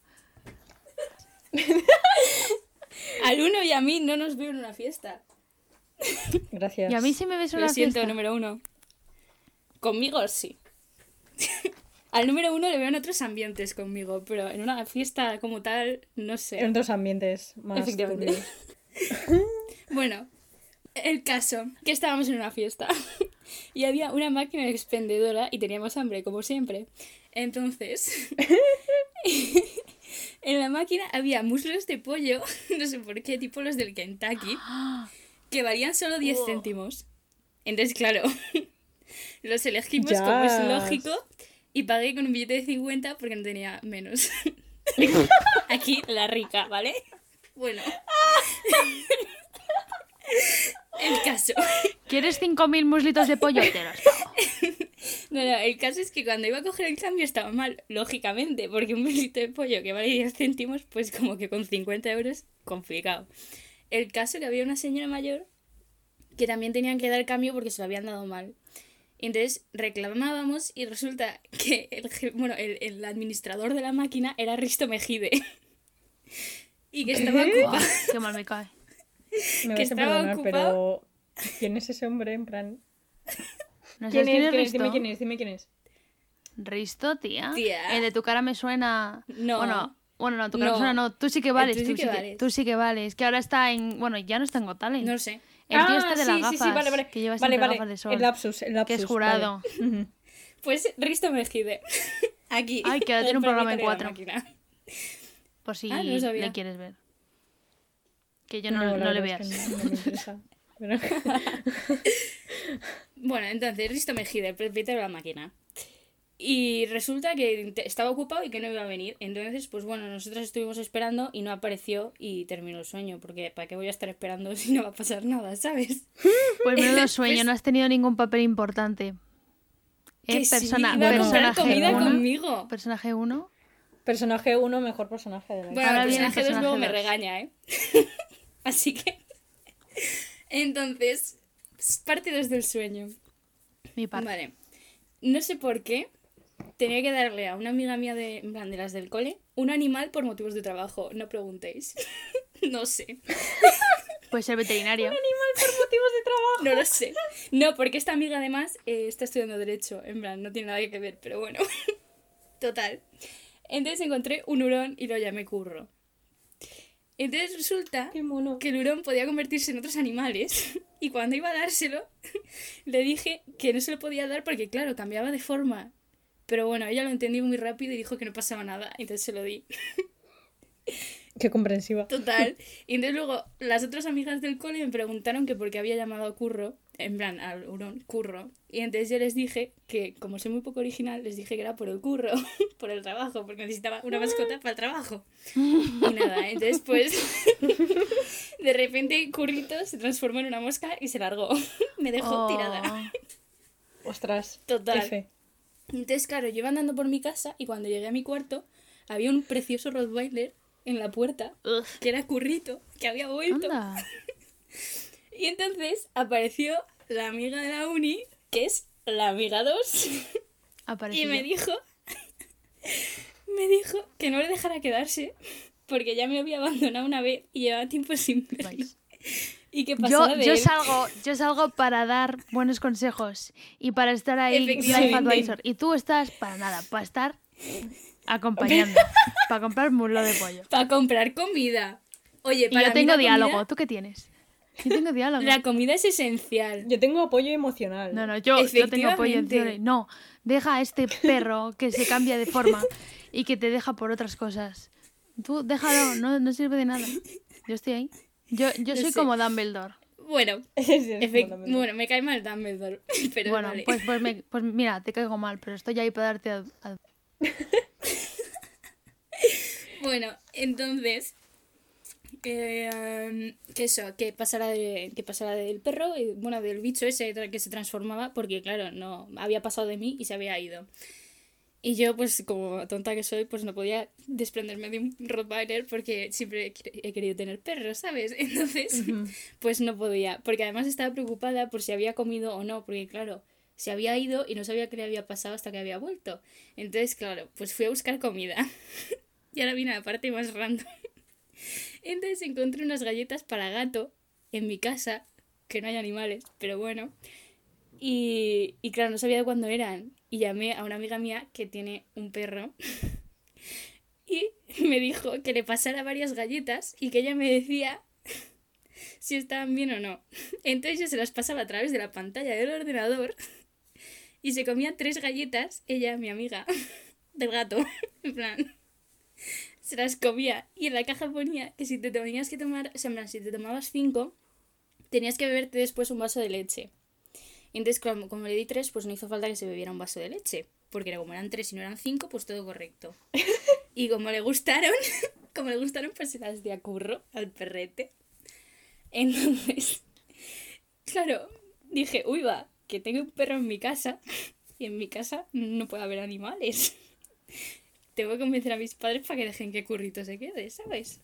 [SPEAKER 3] Al uno y a mí no nos veo en una fiesta.
[SPEAKER 2] Gracias.
[SPEAKER 1] Y a mí sí me ves en
[SPEAKER 3] Lo
[SPEAKER 1] una
[SPEAKER 3] siento,
[SPEAKER 1] fiesta.
[SPEAKER 3] número uno. Conmigo sí. Al número uno le veo en otros ambientes conmigo, pero en una fiesta como tal, no sé.
[SPEAKER 2] En otros ambientes más
[SPEAKER 3] Efectivamente.
[SPEAKER 2] turbios.
[SPEAKER 3] Bueno, el caso, que estábamos en una fiesta y había una máquina expendedora y teníamos hambre, como siempre. Entonces, en la máquina había muslos de pollo, no sé por qué, tipo los del Kentucky, que valían solo diez
[SPEAKER 1] Oh.
[SPEAKER 3] céntimos. Entonces, claro, los elegimos como es
[SPEAKER 2] Yes.
[SPEAKER 3] lógico y pagué con un billete de cincuenta porque no tenía menos. Aquí la rica, ¿vale? Bueno. El caso.
[SPEAKER 1] ¿Quieres cinco mil muslitos de pollo? Te los pago.
[SPEAKER 3] No, no, el caso es que cuando iba a coger el cambio estaba mal, lógicamente, porque un filito de pollo que vale diez céntimos, pues como que con cincuenta euros, complicado. El caso que había una señora mayor que también tenían que dar cambio porque se lo habían dado mal. Y entonces reclamábamos y resulta que el, je- bueno, el, el administrador de la máquina era Risto Mejide. Y que estaba
[SPEAKER 1] Buah,
[SPEAKER 3] ocupado.
[SPEAKER 1] qué mal me cae.
[SPEAKER 2] Me
[SPEAKER 3] que
[SPEAKER 2] vais a
[SPEAKER 3] estaba
[SPEAKER 2] perdonar,
[SPEAKER 3] ocupado.
[SPEAKER 2] pero... ¿Quién es ese hombre? En plan...
[SPEAKER 1] ¿No
[SPEAKER 2] ¿Quién
[SPEAKER 1] sabes quién
[SPEAKER 2] es?
[SPEAKER 1] es
[SPEAKER 2] ¿Quién es? Dime
[SPEAKER 1] Risto?
[SPEAKER 2] quién es, dime quién es.
[SPEAKER 1] Risto, tía.
[SPEAKER 3] Tía.
[SPEAKER 1] El de tu cara me suena...
[SPEAKER 3] No.
[SPEAKER 1] Bueno, bueno, no, tu cara
[SPEAKER 3] No.
[SPEAKER 1] me suena no. Tú sí que vales,
[SPEAKER 3] tú
[SPEAKER 1] tú
[SPEAKER 3] sí
[SPEAKER 1] sí
[SPEAKER 3] que
[SPEAKER 1] que,
[SPEAKER 3] vales.
[SPEAKER 1] tú sí que vales. Que ahora está en... Bueno, ya no está en Got Talent.
[SPEAKER 3] No lo sé.
[SPEAKER 1] El tío
[SPEAKER 2] Ah,
[SPEAKER 1] este de
[SPEAKER 2] sí,
[SPEAKER 1] las
[SPEAKER 2] sí,
[SPEAKER 1] gafas,
[SPEAKER 2] sí, vale, vale.
[SPEAKER 1] que lleva
[SPEAKER 2] Vale,
[SPEAKER 1] siempre
[SPEAKER 2] vale.
[SPEAKER 1] gafas de sol.
[SPEAKER 2] El lapsus, el lapsus.
[SPEAKER 1] Que es jurado.
[SPEAKER 2] Vale. Ujú.
[SPEAKER 3] Pues Risto Mejide. Aquí.
[SPEAKER 1] Ay, que ahora
[SPEAKER 3] el
[SPEAKER 1] tiene un programa en
[SPEAKER 3] propietario de la
[SPEAKER 1] cuatro.
[SPEAKER 3] máquina.
[SPEAKER 1] Por si
[SPEAKER 3] Ah, no lo sabía.
[SPEAKER 1] le quieres ver. Que yo no,
[SPEAKER 2] la
[SPEAKER 1] no le
[SPEAKER 2] verdad
[SPEAKER 1] veas.
[SPEAKER 2] es que no, no me interesa. Pero-
[SPEAKER 3] Bueno, entonces Risto Mejide, el propietario de la máquina. Y resulta que te- estaba ocupado y que no iba a venir. Entonces, pues bueno, nosotros estuvimos esperando y no apareció y terminó el sueño. Porque ¿para qué voy a estar esperando si no va a pasar nada, ¿sabes?
[SPEAKER 1] Pues menudo sueño,
[SPEAKER 3] Pues-
[SPEAKER 1] no has tenido ningún papel importante.
[SPEAKER 3] Que
[SPEAKER 1] ¿Eh?
[SPEAKER 3] sí,
[SPEAKER 1] Persona,
[SPEAKER 3] iba a comprar
[SPEAKER 1] personaje
[SPEAKER 3] comida
[SPEAKER 1] uno.
[SPEAKER 3] conmigo.
[SPEAKER 1] Personaje uno.
[SPEAKER 2] Personaje uno, mejor personaje de la
[SPEAKER 3] Bueno,
[SPEAKER 1] Ahora
[SPEAKER 3] el
[SPEAKER 1] viene el
[SPEAKER 3] personaje dos luego me
[SPEAKER 1] personaje dos.
[SPEAKER 3] regaña, ¿eh? Así que... Entonces, parte dos del sueño.
[SPEAKER 1] Mi parte.
[SPEAKER 3] Vale. No sé por qué tenía que darle a una amiga mía de, en plan, de las del cole un animal por motivos de trabajo. No preguntéis. No sé.
[SPEAKER 1] Puede ser veterinario.
[SPEAKER 2] motivos de trabajo.
[SPEAKER 3] No lo sé. No, porque esta amiga además eh, está estudiando Derecho. En plan, no tiene nada que ver, pero bueno. Total. Entonces encontré un hurón y lo llamé Curro. Entonces resulta
[SPEAKER 2] Qué mono.
[SPEAKER 3] que el hurón podía convertirse en otros animales. Y cuando iba a dárselo, le dije que no se lo podía dar porque, claro, cambiaba de forma. Pero bueno, ella lo entendió muy rápido y dijo que no pasaba nada. Entonces se lo di.
[SPEAKER 2] Qué comprensiva.
[SPEAKER 3] Total. Y entonces luego las otras amigas del cole me preguntaron que por qué había llamado a Curro, en plan al hurón, Curro. Y entonces yo les dije que, como soy muy poco original, les dije que era por el curro, por el trabajo, porque necesitaba una mascota para el trabajo. Y nada, entonces pues de repente Currito se transformó en una mosca y se largó. Me dejó
[SPEAKER 1] Oh.
[SPEAKER 3] tirada.
[SPEAKER 2] Ostras.
[SPEAKER 3] Total.
[SPEAKER 2] F.
[SPEAKER 3] Entonces, claro, yo iba andando por mi casa y cuando llegué a mi cuarto había un precioso Rottweiler en la puerta,
[SPEAKER 1] Ugh.
[SPEAKER 3] que era Currito, que había vuelto.
[SPEAKER 1] Anda.
[SPEAKER 3] Y entonces apareció la amiga de la uni, que es la amiga dos,
[SPEAKER 1] Apareció.
[SPEAKER 3] y me dijo, me dijo que no le dejara quedarse, porque ya me había abandonado una vez y llevaba tiempo sin verlo.
[SPEAKER 1] Vais.
[SPEAKER 3] Y que
[SPEAKER 1] Yo,
[SPEAKER 3] pasara de
[SPEAKER 1] yo
[SPEAKER 3] él.
[SPEAKER 1] salgo, yo salgo para dar buenos consejos y para estar ahí life
[SPEAKER 3] Efectivamente.
[SPEAKER 1] advisor. Y tú estás para nada, para estar acompañando, para comprar muslo de pollo.
[SPEAKER 3] Para comprar comida. Oye,
[SPEAKER 1] Y
[SPEAKER 3] para
[SPEAKER 1] yo
[SPEAKER 3] mí
[SPEAKER 1] tengo
[SPEAKER 3] la
[SPEAKER 1] diálogo.
[SPEAKER 3] comida-
[SPEAKER 1] ¿Tú qué tienes? Yo tengo diálogo.
[SPEAKER 3] La comida es esencial.
[SPEAKER 2] Yo tengo apoyo emocional.
[SPEAKER 1] No, no, yo, yo tengo apoyo en
[SPEAKER 3] Efectivamente.
[SPEAKER 1] tío. No, deja a este perro que se cambia de forma y que te deja por otras cosas. Tú déjalo, no, no sirve de nada. Yo estoy ahí. Yo, yo
[SPEAKER 3] No
[SPEAKER 1] soy
[SPEAKER 3] sé.
[SPEAKER 1] como Dumbledore.
[SPEAKER 3] Bueno,
[SPEAKER 2] Sí, es
[SPEAKER 3] efect-
[SPEAKER 2] como también.
[SPEAKER 3] bueno, me cae mal Dumbledore, pero
[SPEAKER 1] Bueno,
[SPEAKER 3] vale.
[SPEAKER 1] pues, pues, me- pues mira, te caigo mal, pero estoy ahí para darte... ad- ad-
[SPEAKER 3] Bueno, entonces, Eh, que eso, que pasara, de, que pasara del perro, y, bueno, del bicho ese que se transformaba, porque claro, no había pasado de mí y se había ido. Y yo, pues como tonta que soy, pues no podía desprenderme de un Rottweiler porque siempre he, he querido tener perros, ¿sabes? Entonces, uh-huh. pues no podía, porque además estaba preocupada por si había comido o no, porque claro, se había ido y no sabía qué le había pasado hasta que había vuelto. Entonces, claro, pues fui a buscar comida. Y ahora viene la parte más random. Entonces encontré unas galletas para gato en mi casa, que no hay animales, pero bueno. Y, y claro, no sabía de cuándo eran. Y llamé a una amiga mía que tiene un perro. Y me dijo que le pasara varias galletas y que ella me decía si estaban bien o no. Entonces yo se las pasaba a través de la pantalla del ordenador. Y se comía tres galletas, ella, mi amiga, del gato. En plan, se las comía. Y en la caja ponía que si te tenías que tomar, o sea, en plan, si te tomabas cinco, tenías que beberte después un vaso de leche. Entonces, como, como le di tres, pues no hizo falta que se bebiera un vaso de leche. Porque era como eran tres y no eran cinco, pues todo correcto. Y como le gustaron, como le gustaron, pues se las di a curro al perrete. Entonces, claro, dije, uy, va, que tengo un perro en mi casa. Y en mi casa no puede haber animales. Tengo que convencer a mis padres para que dejen que Currito se quede, ¿sabes?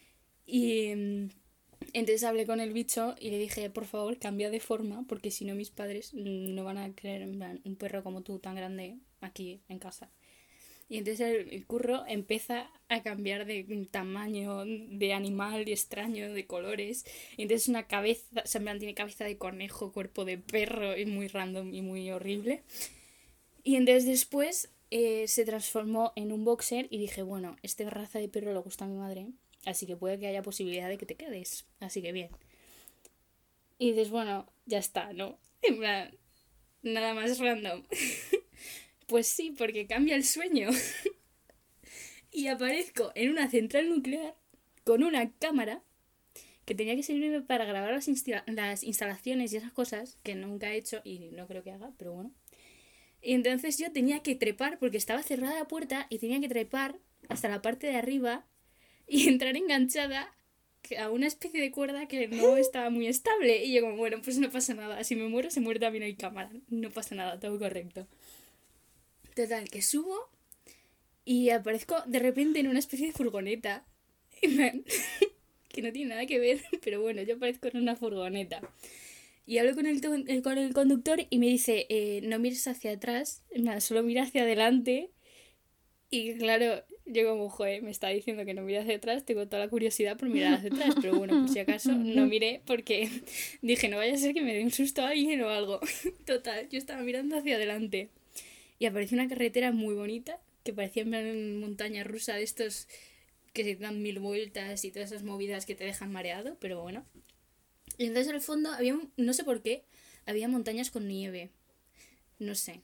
[SPEAKER 3] Y... entonces hablé con el bicho y le dije, por favor, cambia de forma, porque si no mis padres no van a querer en plan, un perro como tú tan grande aquí en casa. Y entonces el, el curro empieza a cambiar de tamaño, de animal extraño, de colores. Y entonces una cabeza, o sea, en plan, tiene cabeza de conejo, cuerpo de perro, y muy random y muy horrible. Y entonces después eh, se transformó en un boxer y dije, bueno, esta raza de perro le gusta a mi madre. Así que puede que haya posibilidad de que te quedes. Así que bien. Y dices, bueno, ya está, ¿no? En plan, nada más random. Pues sí, porque cambia el sueño. Y aparezco en una central nuclear con una cámara que tenía que servirme para grabar las, insta- las instalaciones y esas cosas que nunca he hecho y no creo que haga, pero bueno. Y entonces yo tenía que trepar porque estaba cerrada la puerta y tenía que trepar hasta la parte de arriba y entrar enganchada a una especie de cuerda que no estaba muy estable. Y yo como, bueno, pues no pasa nada. Si me muero, se muere también hay cámara. No pasa nada, todo correcto. Total, que subo y aparezco de repente en una especie de furgoneta. Que no tiene nada que ver, pero bueno, yo aparezco en una furgoneta. Y hablo con el, el, con el conductor y me dice, eh, no mires hacia atrás, nada, solo mira hacia adelante. Y claro, yo como, joder, me está diciendo que no mire hacia atrás, tengo toda la curiosidad por mirar hacia atrás, pero bueno, por si acaso no miré porque dije, no vaya a ser que me dé un susto a alguien o algo. Total, yo estaba mirando hacia adelante y apareció una carretera muy bonita, que parecía en plan montaña rusa de estos que se dan mil vueltas y todas esas movidas que te dejan mareado, pero bueno. Y entonces al fondo había, no sé por qué, había montañas con nieve, no sé.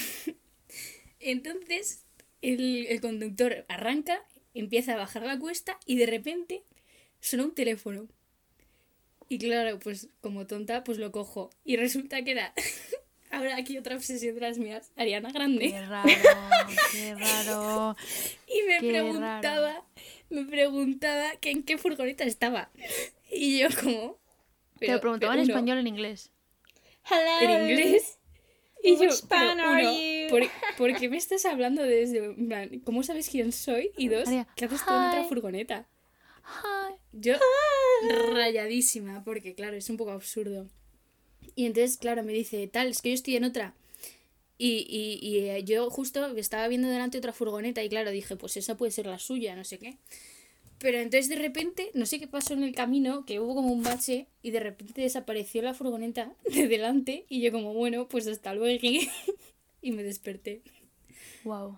[SPEAKER 3] Entonces... El, el conductor arranca, empieza a bajar la cuesta y de repente suena un teléfono. Y claro, pues como tonta, pues lo cojo. Y resulta que era, ahora aquí otra obsesión de las mías, Ariana Grande.
[SPEAKER 1] Qué raro, qué raro.
[SPEAKER 3] Y me
[SPEAKER 1] qué
[SPEAKER 3] preguntaba,
[SPEAKER 1] raro.
[SPEAKER 3] me preguntaba que en qué furgoneta estaba. Y yo como...
[SPEAKER 1] Te lo preguntaba en
[SPEAKER 3] uno,
[SPEAKER 1] español o en inglés.
[SPEAKER 2] Hello.
[SPEAKER 3] En inglés. Y yo,
[SPEAKER 2] span
[SPEAKER 3] pero,
[SPEAKER 2] are
[SPEAKER 3] uno,
[SPEAKER 2] you?
[SPEAKER 3] ¿por, ¿por qué me estás hablando desde... en plan, ¿cómo sabes quién soy? Y dos,
[SPEAKER 1] María,
[SPEAKER 3] ¿qué haces tú en otra
[SPEAKER 1] hi.
[SPEAKER 3] furgoneta?
[SPEAKER 1] Hi.
[SPEAKER 3] Yo rayadísima, porque claro, es un poco absurdo. Y entonces, claro, me dice, tal, es que yo estoy en otra. Y, y, y eh, yo justo estaba viendo delante otra furgoneta y claro, dije, pues esa puede ser la suya, no sé qué. Pero entonces de repente, no sé qué pasó en el camino, que hubo como un bache y de repente desapareció la furgoneta de delante y yo como, bueno, pues hasta luego. Y me desperté.
[SPEAKER 1] Wow.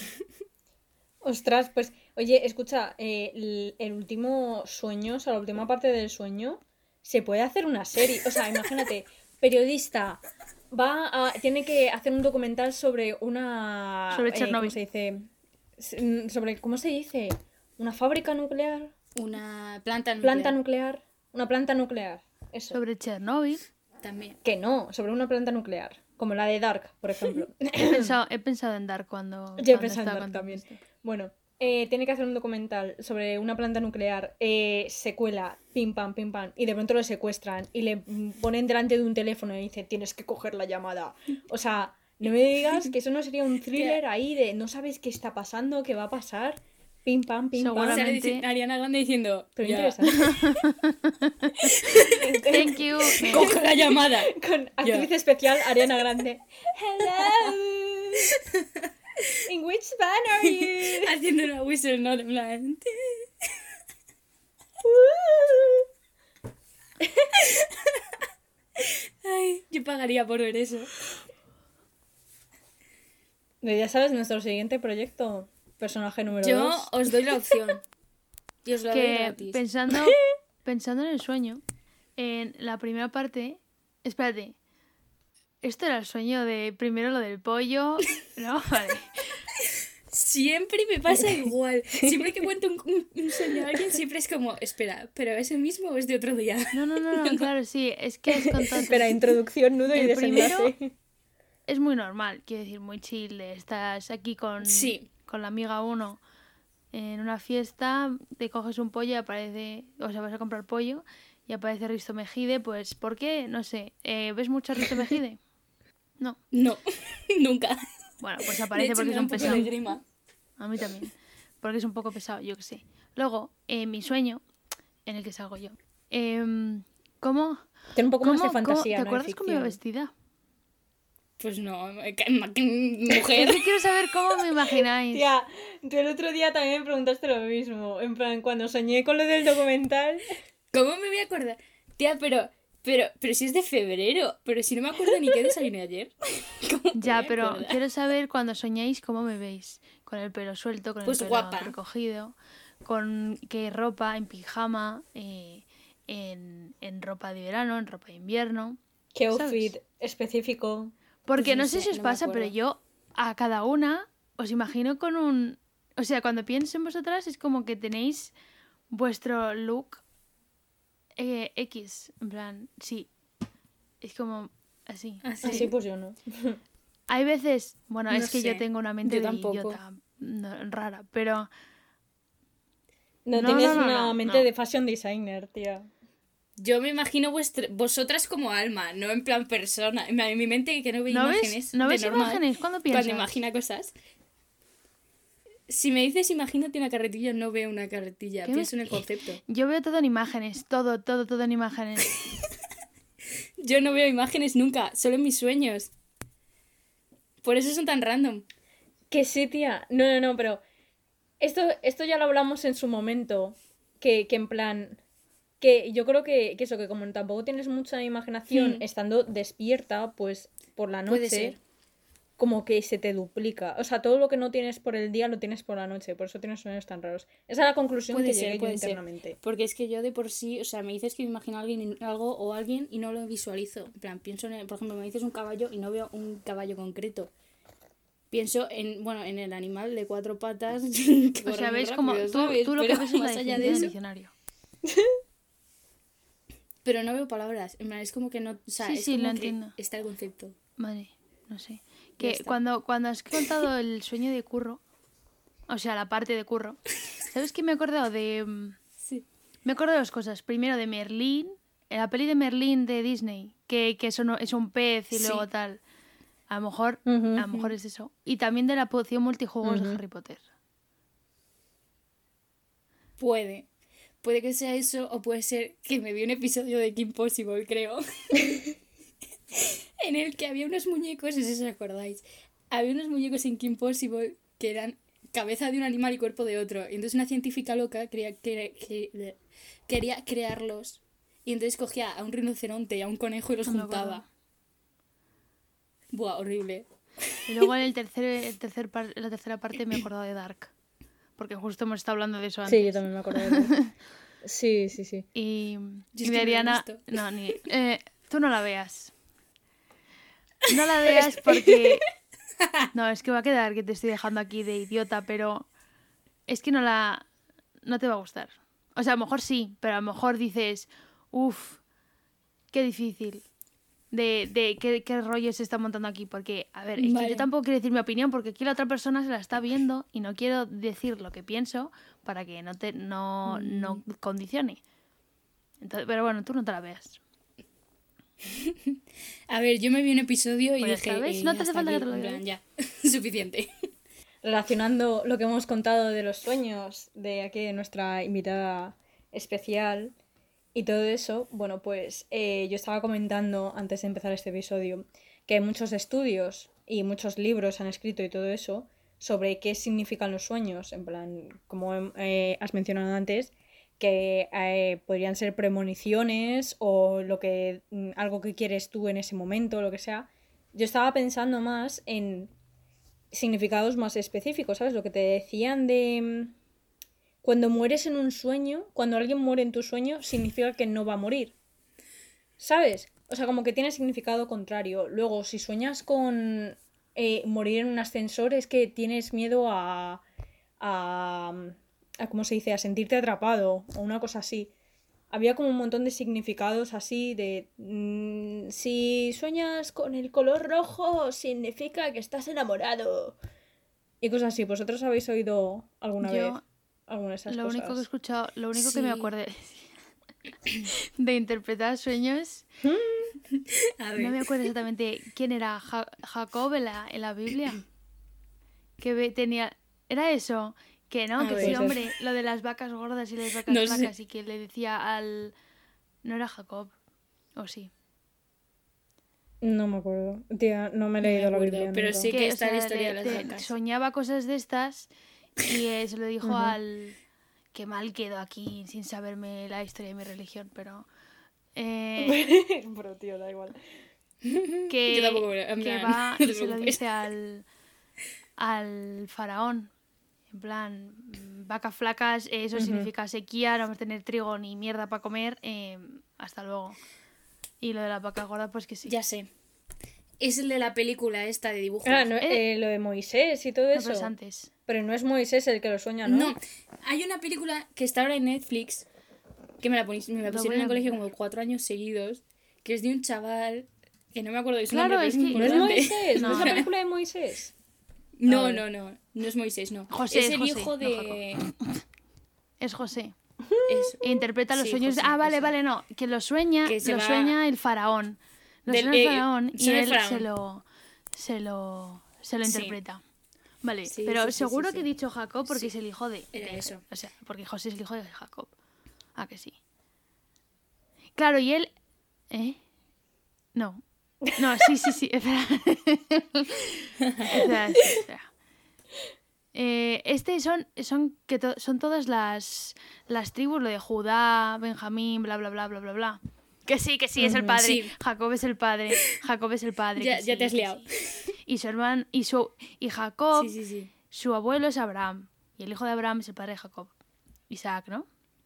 [SPEAKER 2] Ostras, pues, oye, escucha, eh, el, el último sueño, o sea, la última parte del sueño, se puede hacer una serie. O sea, imagínate, periodista va a, tiene que hacer un documental sobre una...
[SPEAKER 1] Sobre
[SPEAKER 2] eh,
[SPEAKER 1] Chernobyl.
[SPEAKER 2] ¿Cómo se dice? S- Sobre, ¿cómo se dice? Una fábrica nuclear.
[SPEAKER 3] Una planta nuclear.
[SPEAKER 2] Planta nuclear. Una planta nuclear. Eso.
[SPEAKER 1] Sobre Chernobyl.
[SPEAKER 3] También.
[SPEAKER 2] Que no, sobre una planta nuclear. Como la de Dark, por ejemplo.
[SPEAKER 1] He pensado, he pensado en Dark cuando.
[SPEAKER 2] Yo he
[SPEAKER 1] cuando
[SPEAKER 2] pensado en
[SPEAKER 1] estaba
[SPEAKER 2] Dark
[SPEAKER 1] contando
[SPEAKER 2] también.
[SPEAKER 1] esto.
[SPEAKER 2] Bueno, eh, tiene que hacer un documental sobre una planta nuclear, eh, se cuela, pim pam, pim pam, y de pronto lo secuestran y le ponen delante de un teléfono y dice, tienes que coger la llamada. O sea, no me digas que eso no sería un thriller ahí de no sabes qué está pasando, qué va a pasar. Pim pam, pim pam.
[SPEAKER 1] Seguramente.
[SPEAKER 3] Sale Ariana Grande diciendo,
[SPEAKER 2] Pero
[SPEAKER 3] ya,
[SPEAKER 2] interesante.
[SPEAKER 1] Thank you.
[SPEAKER 3] coge la llamada.
[SPEAKER 2] Con actriz
[SPEAKER 3] Ya.
[SPEAKER 2] especial Ariana Grande. Hello. In which band are you?
[SPEAKER 3] Haciendo una whistle note en plan. Ay, yo pagaría por ver eso.
[SPEAKER 2] Ya sabes, nuestro siguiente proyecto, personaje número
[SPEAKER 3] Yo
[SPEAKER 2] dos.
[SPEAKER 3] os doy la opción. Y os la doy
[SPEAKER 1] Que
[SPEAKER 3] gratis.
[SPEAKER 1] pensando, pensando en el sueño, en la primera parte, espérate, esto era el sueño de primero lo del pollo, ¿no? Vale.
[SPEAKER 3] Siempre me pasa igual. Siempre que cuento un, un- un sueño a alguien, siempre es como, espera, ¿pero ese mismo o es de otro día?
[SPEAKER 1] No, no, no, no, claro, sí, es que es contado.
[SPEAKER 2] Espera, introducción, nudo y
[SPEAKER 1] El
[SPEAKER 2] desenlace.
[SPEAKER 1] Es muy normal, quiero decir, muy chill. de Estás aquí con,
[SPEAKER 3] Sí.
[SPEAKER 1] con la amiga uno en una fiesta, te coges un pollo y aparece, o sea, vas a comprar pollo y aparece Risto Mejide, pues, ¿por qué? No sé. Eh, ¿Ves mucho a Risto Mejide? No.
[SPEAKER 3] No, nunca.
[SPEAKER 1] Bueno, pues
[SPEAKER 3] De
[SPEAKER 1] aparece
[SPEAKER 3] hecho,
[SPEAKER 1] porque
[SPEAKER 3] me
[SPEAKER 1] es
[SPEAKER 3] da
[SPEAKER 1] un
[SPEAKER 3] un poco
[SPEAKER 1] pesado.
[SPEAKER 3] de grima.
[SPEAKER 1] A mí también. Porque es un poco pesado, yo que sé. Luego, eh, mi sueño, en el que salgo yo. em, ¿Cómo?
[SPEAKER 2] Tiene un poco más de
[SPEAKER 1] cómo- cómo-
[SPEAKER 2] fantasía,
[SPEAKER 1] ¿Te
[SPEAKER 2] ¿no? De
[SPEAKER 1] acuerdas cómo iba
[SPEAKER 2] ficción.
[SPEAKER 1] vestida?
[SPEAKER 3] Pues no, eh, que- ma- que-
[SPEAKER 1] Es
[SPEAKER 3] mujer.
[SPEAKER 1] que quiero saber cómo me imagináis.
[SPEAKER 2] Tía, tú el otro día también me preguntaste lo mismo. En plan, cuando soñé con lo del documental.
[SPEAKER 3] ¿Cómo me voy a acordar? Tía, pero, pero, pero si es de febrero, pero si no me acuerdo ni qué desayuné ayer. ¿Cómo me
[SPEAKER 1] Ya,
[SPEAKER 3] voy a
[SPEAKER 1] pero
[SPEAKER 3] acordar?
[SPEAKER 1] quiero saber cuando soñáis cómo me veis. Con el pelo suelto, con
[SPEAKER 3] Pues
[SPEAKER 1] el pelo
[SPEAKER 3] guapa.
[SPEAKER 1] recogido, con qué ropa, en pijama, eh, en, en ropa de verano, en ropa de invierno.
[SPEAKER 2] Qué
[SPEAKER 1] ¿Sabes?
[SPEAKER 2] outfit específico.
[SPEAKER 1] Porque
[SPEAKER 3] Pues no
[SPEAKER 1] no sé
[SPEAKER 3] sé,
[SPEAKER 1] si os
[SPEAKER 3] no me
[SPEAKER 1] pasa, pero
[SPEAKER 3] acuerdo.
[SPEAKER 1] yo a cada una os imagino con un... O sea, cuando pienso en vosotras es como que tenéis vuestro look eh, X. En plan, sí. Es como así.
[SPEAKER 3] Así.
[SPEAKER 2] Así pues yo no.
[SPEAKER 1] Hay veces... Bueno,
[SPEAKER 3] No
[SPEAKER 1] es que yo
[SPEAKER 3] sé,
[SPEAKER 1] tengo una mente
[SPEAKER 3] yo
[SPEAKER 1] de
[SPEAKER 3] tampoco.
[SPEAKER 1] idiota no, rara, pero...
[SPEAKER 2] No,
[SPEAKER 1] No,
[SPEAKER 2] tienes
[SPEAKER 1] no, no,
[SPEAKER 2] una
[SPEAKER 1] no,
[SPEAKER 2] mente
[SPEAKER 1] no.
[SPEAKER 2] de fashion designer, tía.
[SPEAKER 3] Yo me imagino vuestra, vosotras como alma, no en plan persona. En mi mente que no ve
[SPEAKER 1] ¿No
[SPEAKER 3] imágenes
[SPEAKER 1] ves, ¿no
[SPEAKER 3] de
[SPEAKER 1] ves
[SPEAKER 3] normal.
[SPEAKER 1] imágenes cuando piensas?
[SPEAKER 3] Cuando imagina cosas. Si me dices imagínate una carretilla, no veo una carretilla.
[SPEAKER 1] ¿Qué me-
[SPEAKER 3] Pienso en el concepto.
[SPEAKER 1] Yo veo todo en imágenes, todo, todo, todo en imágenes.
[SPEAKER 3] Yo no veo imágenes nunca, solo en mis sueños. Por eso son tan random.
[SPEAKER 2] Que sí, tía. No, no, no, pero esto, esto ya lo hablamos en su momento. Que, que en plan. Que yo creo que, que eso, que como tampoco tienes mucha imaginación
[SPEAKER 3] Hmm.
[SPEAKER 2] estando despierta, pues por la
[SPEAKER 3] Puede
[SPEAKER 2] noche,
[SPEAKER 3] ser.
[SPEAKER 2] como que se te duplica. O sea, todo lo que no tienes por el día lo tienes por la noche. Por eso tienes sueños tan raros. Esa es la conclusión
[SPEAKER 3] Puede
[SPEAKER 2] que
[SPEAKER 3] ser,
[SPEAKER 2] llegué yo
[SPEAKER 3] puede ser.
[SPEAKER 2] internamente.
[SPEAKER 3] Porque es que yo de por sí, o sea, me dices que me imagino a alguien, algo o alguien y no lo visualizo. En plan, pienso en, el- por ejemplo, me dices un caballo y no veo un caballo concreto. Pienso en, bueno, en el animal de cuatro patas. que
[SPEAKER 1] O
[SPEAKER 3] corre
[SPEAKER 1] sea,
[SPEAKER 3] muy
[SPEAKER 1] ves como
[SPEAKER 3] rápido,
[SPEAKER 1] tú,
[SPEAKER 3] ¿sabes?
[SPEAKER 1] tú lo que
[SPEAKER 3] Pero
[SPEAKER 1] ves es la
[SPEAKER 3] más allá de
[SPEAKER 1] definición del
[SPEAKER 3] eso.
[SPEAKER 1] diccionario.
[SPEAKER 3] Pero no veo palabras. En plan, es como que no. O sea,
[SPEAKER 1] Sí,
[SPEAKER 3] es
[SPEAKER 1] sí,
[SPEAKER 3] como
[SPEAKER 1] lo
[SPEAKER 3] que
[SPEAKER 1] entiendo.
[SPEAKER 3] está el concepto.
[SPEAKER 1] Vale, no sé.
[SPEAKER 3] Ya
[SPEAKER 1] Que
[SPEAKER 3] está.
[SPEAKER 1] cuando, cuando has contado el sueño de Curro, o sea, la parte de Curro, ¿sabes qué me he acordado de...? mm,
[SPEAKER 3] Sí.
[SPEAKER 1] Me acuerdo de dos cosas. Primero de Merlín, en la peli de Merlín de Disney, que, que eso no, es un pez y
[SPEAKER 3] Sí.
[SPEAKER 1] luego tal. A lo mejor,
[SPEAKER 2] Ujú.
[SPEAKER 1] a lo mejor es eso. Y también de la poción multijuegos
[SPEAKER 2] Ujú.
[SPEAKER 1] de Harry Potter.
[SPEAKER 3] Puede. Puede que sea eso o puede ser que me vi un episodio de Kim Possible, creo. en el que había unos muñecos, no sé si os acordáis. Había unos muñecos en Kim Possible que eran cabeza de un animal y cuerpo de otro. Y entonces una científica loca quería, que- que- quería crearlos. Y entonces cogía a un rinoceronte y a un conejo y los
[SPEAKER 1] No me
[SPEAKER 3] juntaba.
[SPEAKER 1] acuerdo.
[SPEAKER 3] Buah, horrible.
[SPEAKER 1] Y luego en el tercer, el tercer par- la tercera parte me he acordado de Dark. Porque justo hemos estado hablando de eso antes.
[SPEAKER 2] Sí, yo también me acuerdo de eso. Sí, sí, sí.
[SPEAKER 1] Y,
[SPEAKER 3] Yo
[SPEAKER 1] y
[SPEAKER 3] es que
[SPEAKER 1] de
[SPEAKER 3] no la he
[SPEAKER 1] Ariana...
[SPEAKER 3] visto.
[SPEAKER 1] No, ni... eh, tú no la veas. No la veas porque... No, es que va a quedar que te estoy dejando aquí de idiota, pero es que no la... No te va a gustar. O sea, a lo mejor sí, pero a lo mejor dices... Uf, qué difícil. de, de qué, qué rollo se está montando aquí. Porque, a ver, es
[SPEAKER 3] Vale.
[SPEAKER 1] que yo tampoco quiero decir mi opinión porque aquí la otra persona se la está viendo y no quiero decir lo que pienso para que no te no,
[SPEAKER 3] Mm.
[SPEAKER 1] no condicione. Entonces, pero bueno, tú no te la veas.
[SPEAKER 3] A ver, yo me vi un episodio y
[SPEAKER 1] Pues ya
[SPEAKER 3] dije,
[SPEAKER 1] sabes,
[SPEAKER 3] eh,
[SPEAKER 1] no te hace
[SPEAKER 3] hasta
[SPEAKER 1] falta que
[SPEAKER 3] aquí,
[SPEAKER 1] te lo
[SPEAKER 3] en
[SPEAKER 1] diga.
[SPEAKER 3] plan, ya, suficiente.
[SPEAKER 2] Relacionando lo que hemos contado de los sueños de aquí de nuestra invitada especial y todo eso, bueno, pues eh, yo estaba comentando antes de empezar este episodio que hay muchos estudios y muchos libros han escrito y todo eso sobre qué significan los sueños, en plan, como eh, has mencionado antes, que eh, podrían ser premoniciones o lo que mm, algo que quieres tú en ese momento, lo que sea. Yo estaba pensando más en significados más específicos, ¿sabes? Lo que te decían de mm, cuando mueres en un sueño, cuando alguien muere en tu sueño, significa que no va a morir, ¿sabes? O sea, como que tiene significado contrario. Luego, si sueñas con eh, morir en un ascensor, es que tienes miedo a, a, a, ¿cómo se dice? A sentirte atrapado o una cosa así. Había como un montón de significados así de... mm, si sueñas con el color rojo, significa que estás enamorado. Y cosas así. ¿Vosotros habéis oído alguna
[SPEAKER 1] Yo,
[SPEAKER 2] vez alguna de esas
[SPEAKER 1] Lo
[SPEAKER 2] cosas?
[SPEAKER 1] único que he escuchado, lo único que me
[SPEAKER 3] Sí.
[SPEAKER 1] acuerdo de interpretar sueños,
[SPEAKER 3] A
[SPEAKER 1] no
[SPEAKER 3] ver,
[SPEAKER 1] me acuerdo exactamente quién era Ja- Jacob en la, en la Biblia. Que ve- tenía. Era eso. Que no,
[SPEAKER 3] A
[SPEAKER 1] que
[SPEAKER 3] ver.
[SPEAKER 1] sí,
[SPEAKER 2] Puede ser.
[SPEAKER 1] hombre, lo de las vacas gordas y las vacas
[SPEAKER 3] No sé.
[SPEAKER 1] flacas y que le decía al. No era Jacob. ¿O sí?
[SPEAKER 2] No me acuerdo. Tía, no me he
[SPEAKER 3] No me
[SPEAKER 2] leído la
[SPEAKER 3] acuerdo,
[SPEAKER 2] Biblia
[SPEAKER 3] pero
[SPEAKER 2] nunca.
[SPEAKER 3] sí que
[SPEAKER 1] o
[SPEAKER 3] está la
[SPEAKER 1] sea,
[SPEAKER 3] historia
[SPEAKER 1] le-
[SPEAKER 3] de las
[SPEAKER 1] te-
[SPEAKER 3] vacas.
[SPEAKER 1] soñaba cosas de estas y eh, se lo dijo
[SPEAKER 2] Ujú.
[SPEAKER 1] al. Qué mal quedo aquí sin saberme la historia de mi religión, pero. eh,
[SPEAKER 2] Pero tío, da igual.
[SPEAKER 1] que,
[SPEAKER 3] Yo tampoco, en
[SPEAKER 1] que
[SPEAKER 3] plan,
[SPEAKER 1] va
[SPEAKER 3] no
[SPEAKER 1] y
[SPEAKER 3] te
[SPEAKER 1] se lo
[SPEAKER 3] preocupes.
[SPEAKER 1] dice al, al faraón. En plan, mm, vacas flacas, eh, eso
[SPEAKER 2] Ujú.
[SPEAKER 1] significa sequía, no vamos a tener trigo ni mierda para comer, eh, hasta luego. Y lo de las vacas gordas, pues que sí.
[SPEAKER 3] Ya sé. Es el de la película esta de dibujos.
[SPEAKER 2] Ah, no,
[SPEAKER 1] Eh.
[SPEAKER 2] eh, lo de Moisés y todo
[SPEAKER 1] No,
[SPEAKER 2] eso.
[SPEAKER 1] pero es antes.
[SPEAKER 2] Pero no es Moisés el que lo sueña, ¿no?
[SPEAKER 3] No, hay una película que está ahora en Netflix, que me la, ponis- me la
[SPEAKER 1] Lo
[SPEAKER 3] pusieron
[SPEAKER 1] voy
[SPEAKER 3] en
[SPEAKER 1] a
[SPEAKER 3] el colegio
[SPEAKER 1] mirar.
[SPEAKER 3] como cuatro años seguidos, que es de un chaval, que no me acuerdo de su
[SPEAKER 1] Claro,
[SPEAKER 3] nombre, pero
[SPEAKER 1] es
[SPEAKER 3] es muy
[SPEAKER 1] que-
[SPEAKER 2] ¿No es
[SPEAKER 3] importante.
[SPEAKER 2] Moisés? ¿No,
[SPEAKER 1] No.
[SPEAKER 2] es la película de Moisés?
[SPEAKER 3] No,
[SPEAKER 2] Ah,
[SPEAKER 3] no, no, no es Moisés, no.
[SPEAKER 1] José,
[SPEAKER 3] es
[SPEAKER 1] es
[SPEAKER 3] el
[SPEAKER 1] José,
[SPEAKER 3] hijo
[SPEAKER 1] no
[SPEAKER 3] de...
[SPEAKER 1] Es José.
[SPEAKER 3] es-
[SPEAKER 1] E interpreta los
[SPEAKER 3] Sí,
[SPEAKER 1] sueños. de-
[SPEAKER 3] José,
[SPEAKER 1] Ah, vale,
[SPEAKER 3] eso.
[SPEAKER 1] vale, no. Que lo sueña,
[SPEAKER 3] Que se
[SPEAKER 1] lo
[SPEAKER 3] va-
[SPEAKER 1] sueña el faraón. Lo
[SPEAKER 3] Del-
[SPEAKER 1] sueña el
[SPEAKER 3] eh,
[SPEAKER 1] faraón y
[SPEAKER 3] sueña el
[SPEAKER 1] él
[SPEAKER 3] faraón.
[SPEAKER 1] se lo. Se lo. Se lo
[SPEAKER 3] Sí.
[SPEAKER 1] interpreta. Vale,
[SPEAKER 3] Sí,
[SPEAKER 1] pero
[SPEAKER 3] sí, sí,
[SPEAKER 1] seguro
[SPEAKER 3] sí,
[SPEAKER 1] que he
[SPEAKER 3] sí.
[SPEAKER 1] dicho Jacob porque
[SPEAKER 3] Sí,
[SPEAKER 1] es el hijo de.
[SPEAKER 3] era
[SPEAKER 1] de-
[SPEAKER 3] eso.
[SPEAKER 1] O sea, porque José es el hijo de Jacob. Ah, que sí. Claro, y él. ¿Eh? No. No, sí, sí, sí. Espera. Espera, sí, espera. Eh, este son, son, que to- son todas las, las tribus, lo de Judá, Benjamín, bla, bla, bla, bla, bla, bla. Que sí, que sí, es el
[SPEAKER 2] Ujú.
[SPEAKER 1] padre.
[SPEAKER 3] Sí.
[SPEAKER 1] Jacob es el padre. Jacob es el padre.
[SPEAKER 3] Ya-
[SPEAKER 1] que
[SPEAKER 3] ya
[SPEAKER 1] sí,
[SPEAKER 3] te has
[SPEAKER 1] que
[SPEAKER 3] liado.
[SPEAKER 1] sí. Y su hermano, y su, y Jacob,
[SPEAKER 3] Sí, sí, sí.
[SPEAKER 1] su abuelo es Abraham. Y el hijo de Abraham es el padre de Jacob. Isaac, ¿no?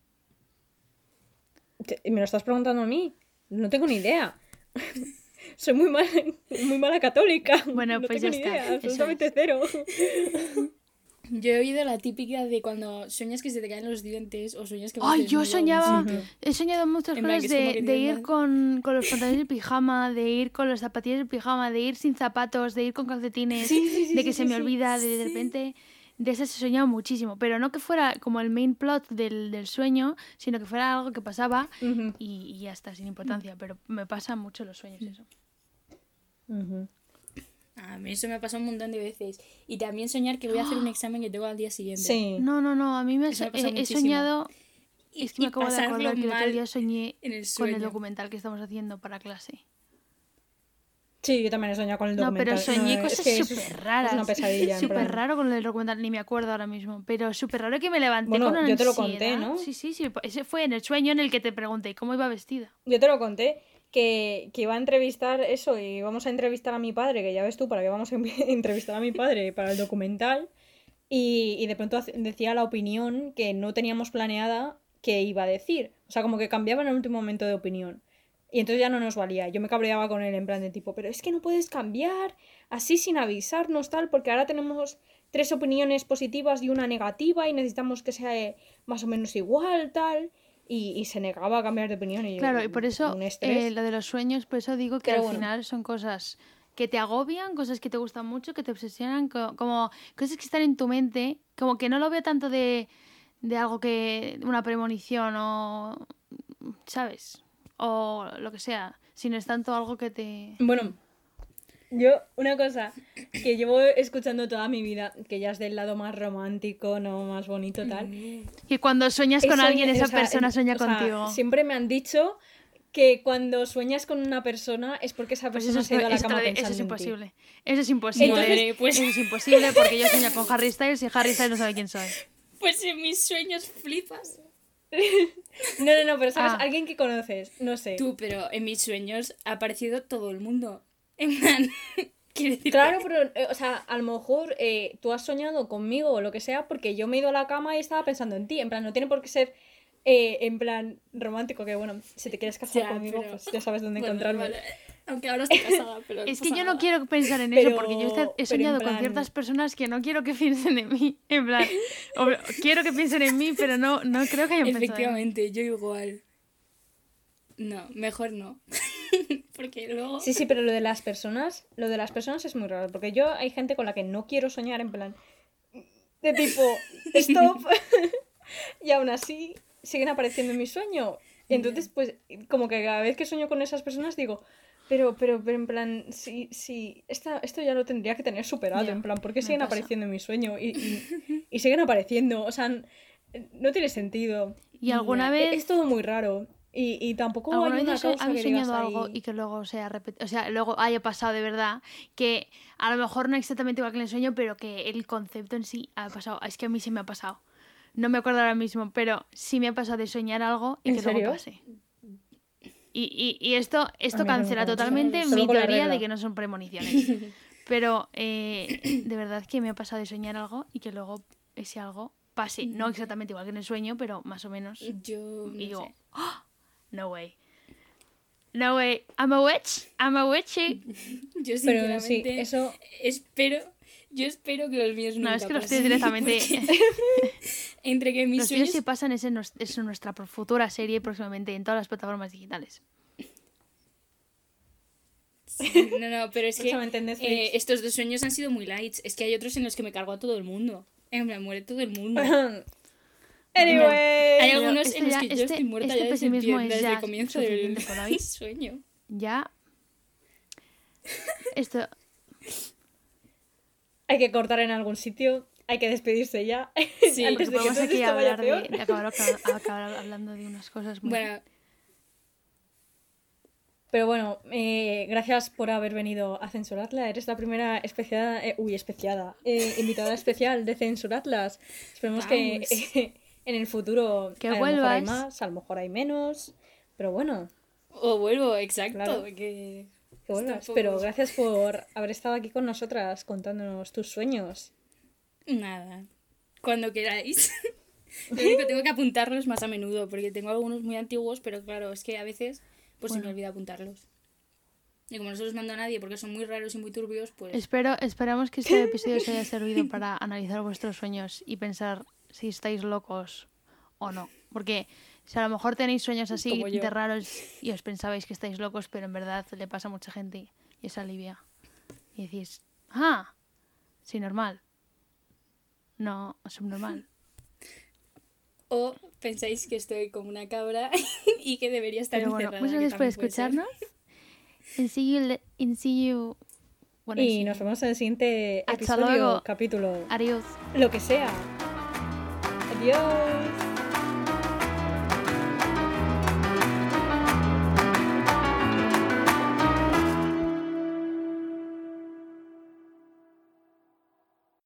[SPEAKER 2] Te- ¿Me lo estás preguntando a mí? No tengo ni idea. Soy muy mala, muy mala católica.
[SPEAKER 1] Bueno,
[SPEAKER 2] no
[SPEAKER 1] pues
[SPEAKER 2] tengo
[SPEAKER 1] ya
[SPEAKER 2] ni
[SPEAKER 1] está,
[SPEAKER 2] idea,
[SPEAKER 1] eso
[SPEAKER 2] absolutamente
[SPEAKER 1] es.
[SPEAKER 2] cero.
[SPEAKER 3] Yo he oído la típica de cuando sueñas que se te caen los dientes o sueñas que vas
[SPEAKER 1] Ay, yo
[SPEAKER 3] desnudo a algún
[SPEAKER 1] soñaba,
[SPEAKER 3] sitio.
[SPEAKER 1] he soñado muchas
[SPEAKER 3] En plan,
[SPEAKER 1] cosas
[SPEAKER 3] que es como
[SPEAKER 1] de,
[SPEAKER 3] que
[SPEAKER 1] de
[SPEAKER 3] tienes
[SPEAKER 1] ir
[SPEAKER 3] más-
[SPEAKER 1] con, con los pantalones de pijama, de ir con las zapatillas de pijama, de ir sin zapatos, de ir con calcetines,
[SPEAKER 2] Sí, sí, sí,
[SPEAKER 1] de que
[SPEAKER 2] sí,
[SPEAKER 1] se
[SPEAKER 2] sí,
[SPEAKER 1] me
[SPEAKER 2] sí.
[SPEAKER 1] olvida, de de repente... De esas he soñado muchísimo, pero no que fuera como el main plot del, del sueño, sino que fuera algo que pasaba
[SPEAKER 2] Ujú,
[SPEAKER 1] y, y ya está, sin importancia. Pero me pasan mucho los sueños eso.
[SPEAKER 2] ujú.
[SPEAKER 3] A mí eso me ha pasado un montón de veces. Y también soñar que voy a hacer un examen que tengo al día siguiente.
[SPEAKER 2] Sí.
[SPEAKER 1] No, no, no, a mí me,
[SPEAKER 3] Eso me
[SPEAKER 1] he,
[SPEAKER 3] pasa
[SPEAKER 1] he
[SPEAKER 3] muchísimo.
[SPEAKER 1] soñado...
[SPEAKER 3] Y,
[SPEAKER 1] Es que me
[SPEAKER 3] y
[SPEAKER 1] acabo de
[SPEAKER 3] pasarlo
[SPEAKER 1] acordar que el otro
[SPEAKER 3] mal
[SPEAKER 1] día soñé
[SPEAKER 3] en el
[SPEAKER 1] con
[SPEAKER 3] sueño.
[SPEAKER 1] el documental que estamos haciendo para clase.
[SPEAKER 2] Sí, yo también he soñado con el
[SPEAKER 1] No,
[SPEAKER 2] documental.
[SPEAKER 1] pero soñé
[SPEAKER 2] es
[SPEAKER 1] cosas
[SPEAKER 2] que eso
[SPEAKER 1] súper
[SPEAKER 2] es-
[SPEAKER 1] raras.
[SPEAKER 2] Es una pesadilla. en
[SPEAKER 1] Súper
[SPEAKER 2] plan.
[SPEAKER 1] raro con el documental, ni me acuerdo ahora mismo. Pero súper raro que me levanté
[SPEAKER 2] Bueno,
[SPEAKER 1] con una
[SPEAKER 2] yo te lo
[SPEAKER 1] ansiedad.
[SPEAKER 2] conté, ¿no?
[SPEAKER 1] Sí, sí, sí. Ese fue en el sueño en el que te pregunté cómo iba vestida.
[SPEAKER 2] Yo te lo conté, que, que iba a entrevistar eso, y vamos a entrevistar a mi padre, que ya ves tú, para qué vamos a envi- entrevistar a mi padre para el documental, y, y de pronto hace- decía la opinión que no teníamos planeada que iba a decir. O sea, como que cambiaba en el último momento de opinión. Y entonces ya no nos valía. Yo me cabreaba con él en plan de tipo, pero es que no puedes cambiar así sin avisarnos tal, porque ahora tenemos tres opiniones positivas y una negativa y necesitamos que sea eh, más o menos igual tal. y, y se negaba a cambiar de opinión. Y
[SPEAKER 1] Claro, y por eso
[SPEAKER 2] un estrés.
[SPEAKER 1] eh, lo de los sueños, por eso digo que
[SPEAKER 2] Pero
[SPEAKER 1] al
[SPEAKER 2] bueno.
[SPEAKER 1] final son cosas que te agobian, cosas que te gustan mucho, que te obsesionan, co- como cosas que están en tu mente, como que no lo veo tanto de, de algo que, una premonición o, ¿sabes? O lo que sea, sino es tanto algo que te...
[SPEAKER 2] Bueno, yo, una cosa que llevo escuchando toda mi vida, que ya es del lado más romántico, no más bonito, tal.
[SPEAKER 1] Que cuando sueñas
[SPEAKER 2] es
[SPEAKER 1] con
[SPEAKER 2] soñar-
[SPEAKER 1] alguien, esa
[SPEAKER 2] o sea,
[SPEAKER 1] persona
[SPEAKER 2] en-
[SPEAKER 1] sueña
[SPEAKER 2] o sea,
[SPEAKER 1] contigo.
[SPEAKER 2] Siempre me han dicho que cuando sueñas con una persona es porque esa
[SPEAKER 1] Pues
[SPEAKER 2] persona
[SPEAKER 1] eso es,
[SPEAKER 2] se ha ido a la
[SPEAKER 1] eso
[SPEAKER 2] cama
[SPEAKER 1] te- eso
[SPEAKER 2] pensando
[SPEAKER 1] es
[SPEAKER 2] en ti.
[SPEAKER 1] imposible. Eso es imposible.
[SPEAKER 3] Madre, pues-
[SPEAKER 1] Eso es imposible porque yo sueño con Harry Styles y Harry Styles no sabe quién soy.
[SPEAKER 3] Pues en mis sueños flipas.
[SPEAKER 2] No, no, no, pero sabes,
[SPEAKER 1] Ah.
[SPEAKER 2] alguien que conoces, no sé.
[SPEAKER 3] Tú, pero en mis sueños ha aparecido todo el mundo. En plan, quiero decir,
[SPEAKER 2] Claro, pero, eh, o sea, a lo mejor eh, tú has soñado conmigo o lo que sea porque yo me he ido a la cama y estaba pensando en ti. En plan, no tiene por qué ser eh, en plan romántico, que bueno, si te quieres casar
[SPEAKER 3] Ya,
[SPEAKER 2] conmigo,
[SPEAKER 3] pero-
[SPEAKER 2] pues ya sabes dónde
[SPEAKER 3] bueno,
[SPEAKER 2] encontrarme.
[SPEAKER 3] vale. Aunque ahora estoy casada, pero
[SPEAKER 1] Es
[SPEAKER 3] no
[SPEAKER 1] que
[SPEAKER 3] pasa
[SPEAKER 1] yo no
[SPEAKER 3] nada.
[SPEAKER 1] quiero pensar en eso
[SPEAKER 2] Pero-
[SPEAKER 1] porque yo he- he
[SPEAKER 2] pero en
[SPEAKER 1] soñado con
[SPEAKER 2] plan-
[SPEAKER 1] ciertas personas que no quiero que piensen en mí. En plan, o- quiero que piensen en mí, pero no, no creo que hayan pensado en mí.
[SPEAKER 3] Efectivamente, yo igual. No, mejor no. Porque luego...
[SPEAKER 2] Sí, sí, pero lo de las personas, lo de las personas es muy raro, porque yo hay gente con la que no quiero soñar en plan de tipo stop y aún así siguen apareciendo en mi sueño. Y entonces, pues, como que cada vez que sueño con esas personas digo, pero, pero, pero en plan, sí, sí, esta, esto ya lo tendría que tener superado,
[SPEAKER 1] Ya,
[SPEAKER 2] en plan, ¿por qué
[SPEAKER 1] me
[SPEAKER 2] siguen
[SPEAKER 1] pasa.
[SPEAKER 2] apareciendo en mi sueño? Y, y, y siguen apareciendo, o sea, n- no tiene sentido.
[SPEAKER 1] Y alguna
[SPEAKER 3] Ya,
[SPEAKER 1] vez,
[SPEAKER 2] Es todo muy raro. Y, y tampoco
[SPEAKER 1] alguna
[SPEAKER 2] hay
[SPEAKER 1] vez
[SPEAKER 2] una
[SPEAKER 1] has so-
[SPEAKER 2] causa
[SPEAKER 1] habéis
[SPEAKER 2] que digas
[SPEAKER 1] soñado algo
[SPEAKER 2] ahí.
[SPEAKER 1] y que luego sea repetido, o sea, luego haya pasado de verdad, que a lo mejor no exactamente igual que en el sueño, pero que el concepto en sí ha pasado. Es que a mí sí me ha pasado. No me acuerdo ahora mismo, pero sí me ha pasado de soñar algo y
[SPEAKER 2] ¿En
[SPEAKER 1] que
[SPEAKER 2] serio?
[SPEAKER 1] luego pase. Y, y, y esto, esto
[SPEAKER 2] A mí no me
[SPEAKER 1] cancela
[SPEAKER 2] pasa.
[SPEAKER 1] totalmente
[SPEAKER 2] Solo
[SPEAKER 1] mi
[SPEAKER 2] con la
[SPEAKER 1] teoría
[SPEAKER 2] regla.
[SPEAKER 1] de que no son premoniciones. Pero eh, de verdad que me ha pasado de soñar algo y que luego ese algo pase. No exactamente igual que en el sueño, pero más o menos.
[SPEAKER 3] Yo
[SPEAKER 1] Y
[SPEAKER 3] no
[SPEAKER 1] digo,
[SPEAKER 3] sé.
[SPEAKER 1] "Oh, no way. No way. I'm a witch. I'm a witchy.
[SPEAKER 3] Yo
[SPEAKER 2] Pero sí,
[SPEAKER 3] sinceramente
[SPEAKER 2] eso...
[SPEAKER 3] espero... Yo espero que los míos
[SPEAKER 1] No,
[SPEAKER 3] nunca
[SPEAKER 1] es que los
[SPEAKER 3] pasen,
[SPEAKER 1] tíos directamente...
[SPEAKER 3] porque entre que mis
[SPEAKER 1] Los tíos
[SPEAKER 3] sueños...
[SPEAKER 1] si pasan es en, nos- es en nuestra futura serie próximamente en todas las plataformas digitales.
[SPEAKER 3] No, no, pero es que
[SPEAKER 2] Próximamente en Netflix.
[SPEAKER 3] eh, estos dos sueños han sido muy lights. Es que hay otros en los que me cargo a todo el mundo. En plan, muere todo el mundo.
[SPEAKER 2] Anyway.
[SPEAKER 3] Hay
[SPEAKER 1] Pero
[SPEAKER 3] algunos
[SPEAKER 1] este
[SPEAKER 3] en los
[SPEAKER 1] ya-
[SPEAKER 3] que yo
[SPEAKER 1] este-
[SPEAKER 3] estoy muerta
[SPEAKER 1] este
[SPEAKER 3] ya desde, el
[SPEAKER 1] pesimismo
[SPEAKER 3] pie-
[SPEAKER 1] es
[SPEAKER 3] desde
[SPEAKER 1] ya
[SPEAKER 3] el comienzo del
[SPEAKER 1] suficiente por hoy.
[SPEAKER 3] sueño.
[SPEAKER 1] Ya... Esto...
[SPEAKER 2] Hay que cortar en algún sitio, hay que despedirse ya.
[SPEAKER 3] Sí,
[SPEAKER 2] antes
[SPEAKER 1] Porque
[SPEAKER 2] de que
[SPEAKER 1] podemos
[SPEAKER 2] todo
[SPEAKER 1] aquí
[SPEAKER 2] esto vaya
[SPEAKER 1] hablar
[SPEAKER 2] peor.
[SPEAKER 1] de, de acabar, acabar- acabar hablando de unas cosas muy...
[SPEAKER 3] Bueno,
[SPEAKER 2] Pero bueno, eh, gracias por haber venido a Censuratla. Eres la primera especiada, eh, uy, especiada, eh, invitada especial de Censuratlas. Esperemos que
[SPEAKER 3] Vamos.
[SPEAKER 2] eh, en el futuro
[SPEAKER 1] Que
[SPEAKER 2] a lo mejor hay
[SPEAKER 1] vuelvas.
[SPEAKER 2] más, a lo mejor hay menos. Pero bueno,
[SPEAKER 3] o vuelvo, exacto.
[SPEAKER 2] Claro.
[SPEAKER 3] Que...
[SPEAKER 2] que vuelvas.
[SPEAKER 3] Tampoco-
[SPEAKER 2] Pero gracias por haber estado aquí con nosotras contándonos tus sueños.
[SPEAKER 3] Nada. Cuando queráis. Lo único que tengo que apuntarlos más a menudo, porque tengo algunos muy antiguos, pero claro, es que a veces pues se me
[SPEAKER 1] Bueno.
[SPEAKER 3] olvida apuntarlos. Y como no se los mando a nadie porque son muy raros y muy turbios, pues...
[SPEAKER 1] Espero, esperamos que este episodio os haya servido para analizar vuestros sueños y pensar si estáis locos o no. Porque si a lo mejor tenéis sueños así
[SPEAKER 2] Como yo.
[SPEAKER 1] de raros y os pensabais que estáis locos, pero en verdad le pasa a mucha gente y es alivia. Y decís, ah, sí, normal. No, subnormal.
[SPEAKER 3] O pensáis que estoy como una cabra y que debería estar
[SPEAKER 1] Pero bueno,
[SPEAKER 3] encerrada.
[SPEAKER 1] muchas
[SPEAKER 3] que
[SPEAKER 1] gracias por
[SPEAKER 3] también puede ser.
[SPEAKER 1] escucharnos. And see you, le- and see you when I see
[SPEAKER 2] Y nos
[SPEAKER 1] you.
[SPEAKER 2] vemos en el siguiente
[SPEAKER 1] Hasta
[SPEAKER 2] episodio,
[SPEAKER 1] luego.
[SPEAKER 2] capítulo,
[SPEAKER 1] Adiós.
[SPEAKER 2] lo que sea. Adiós.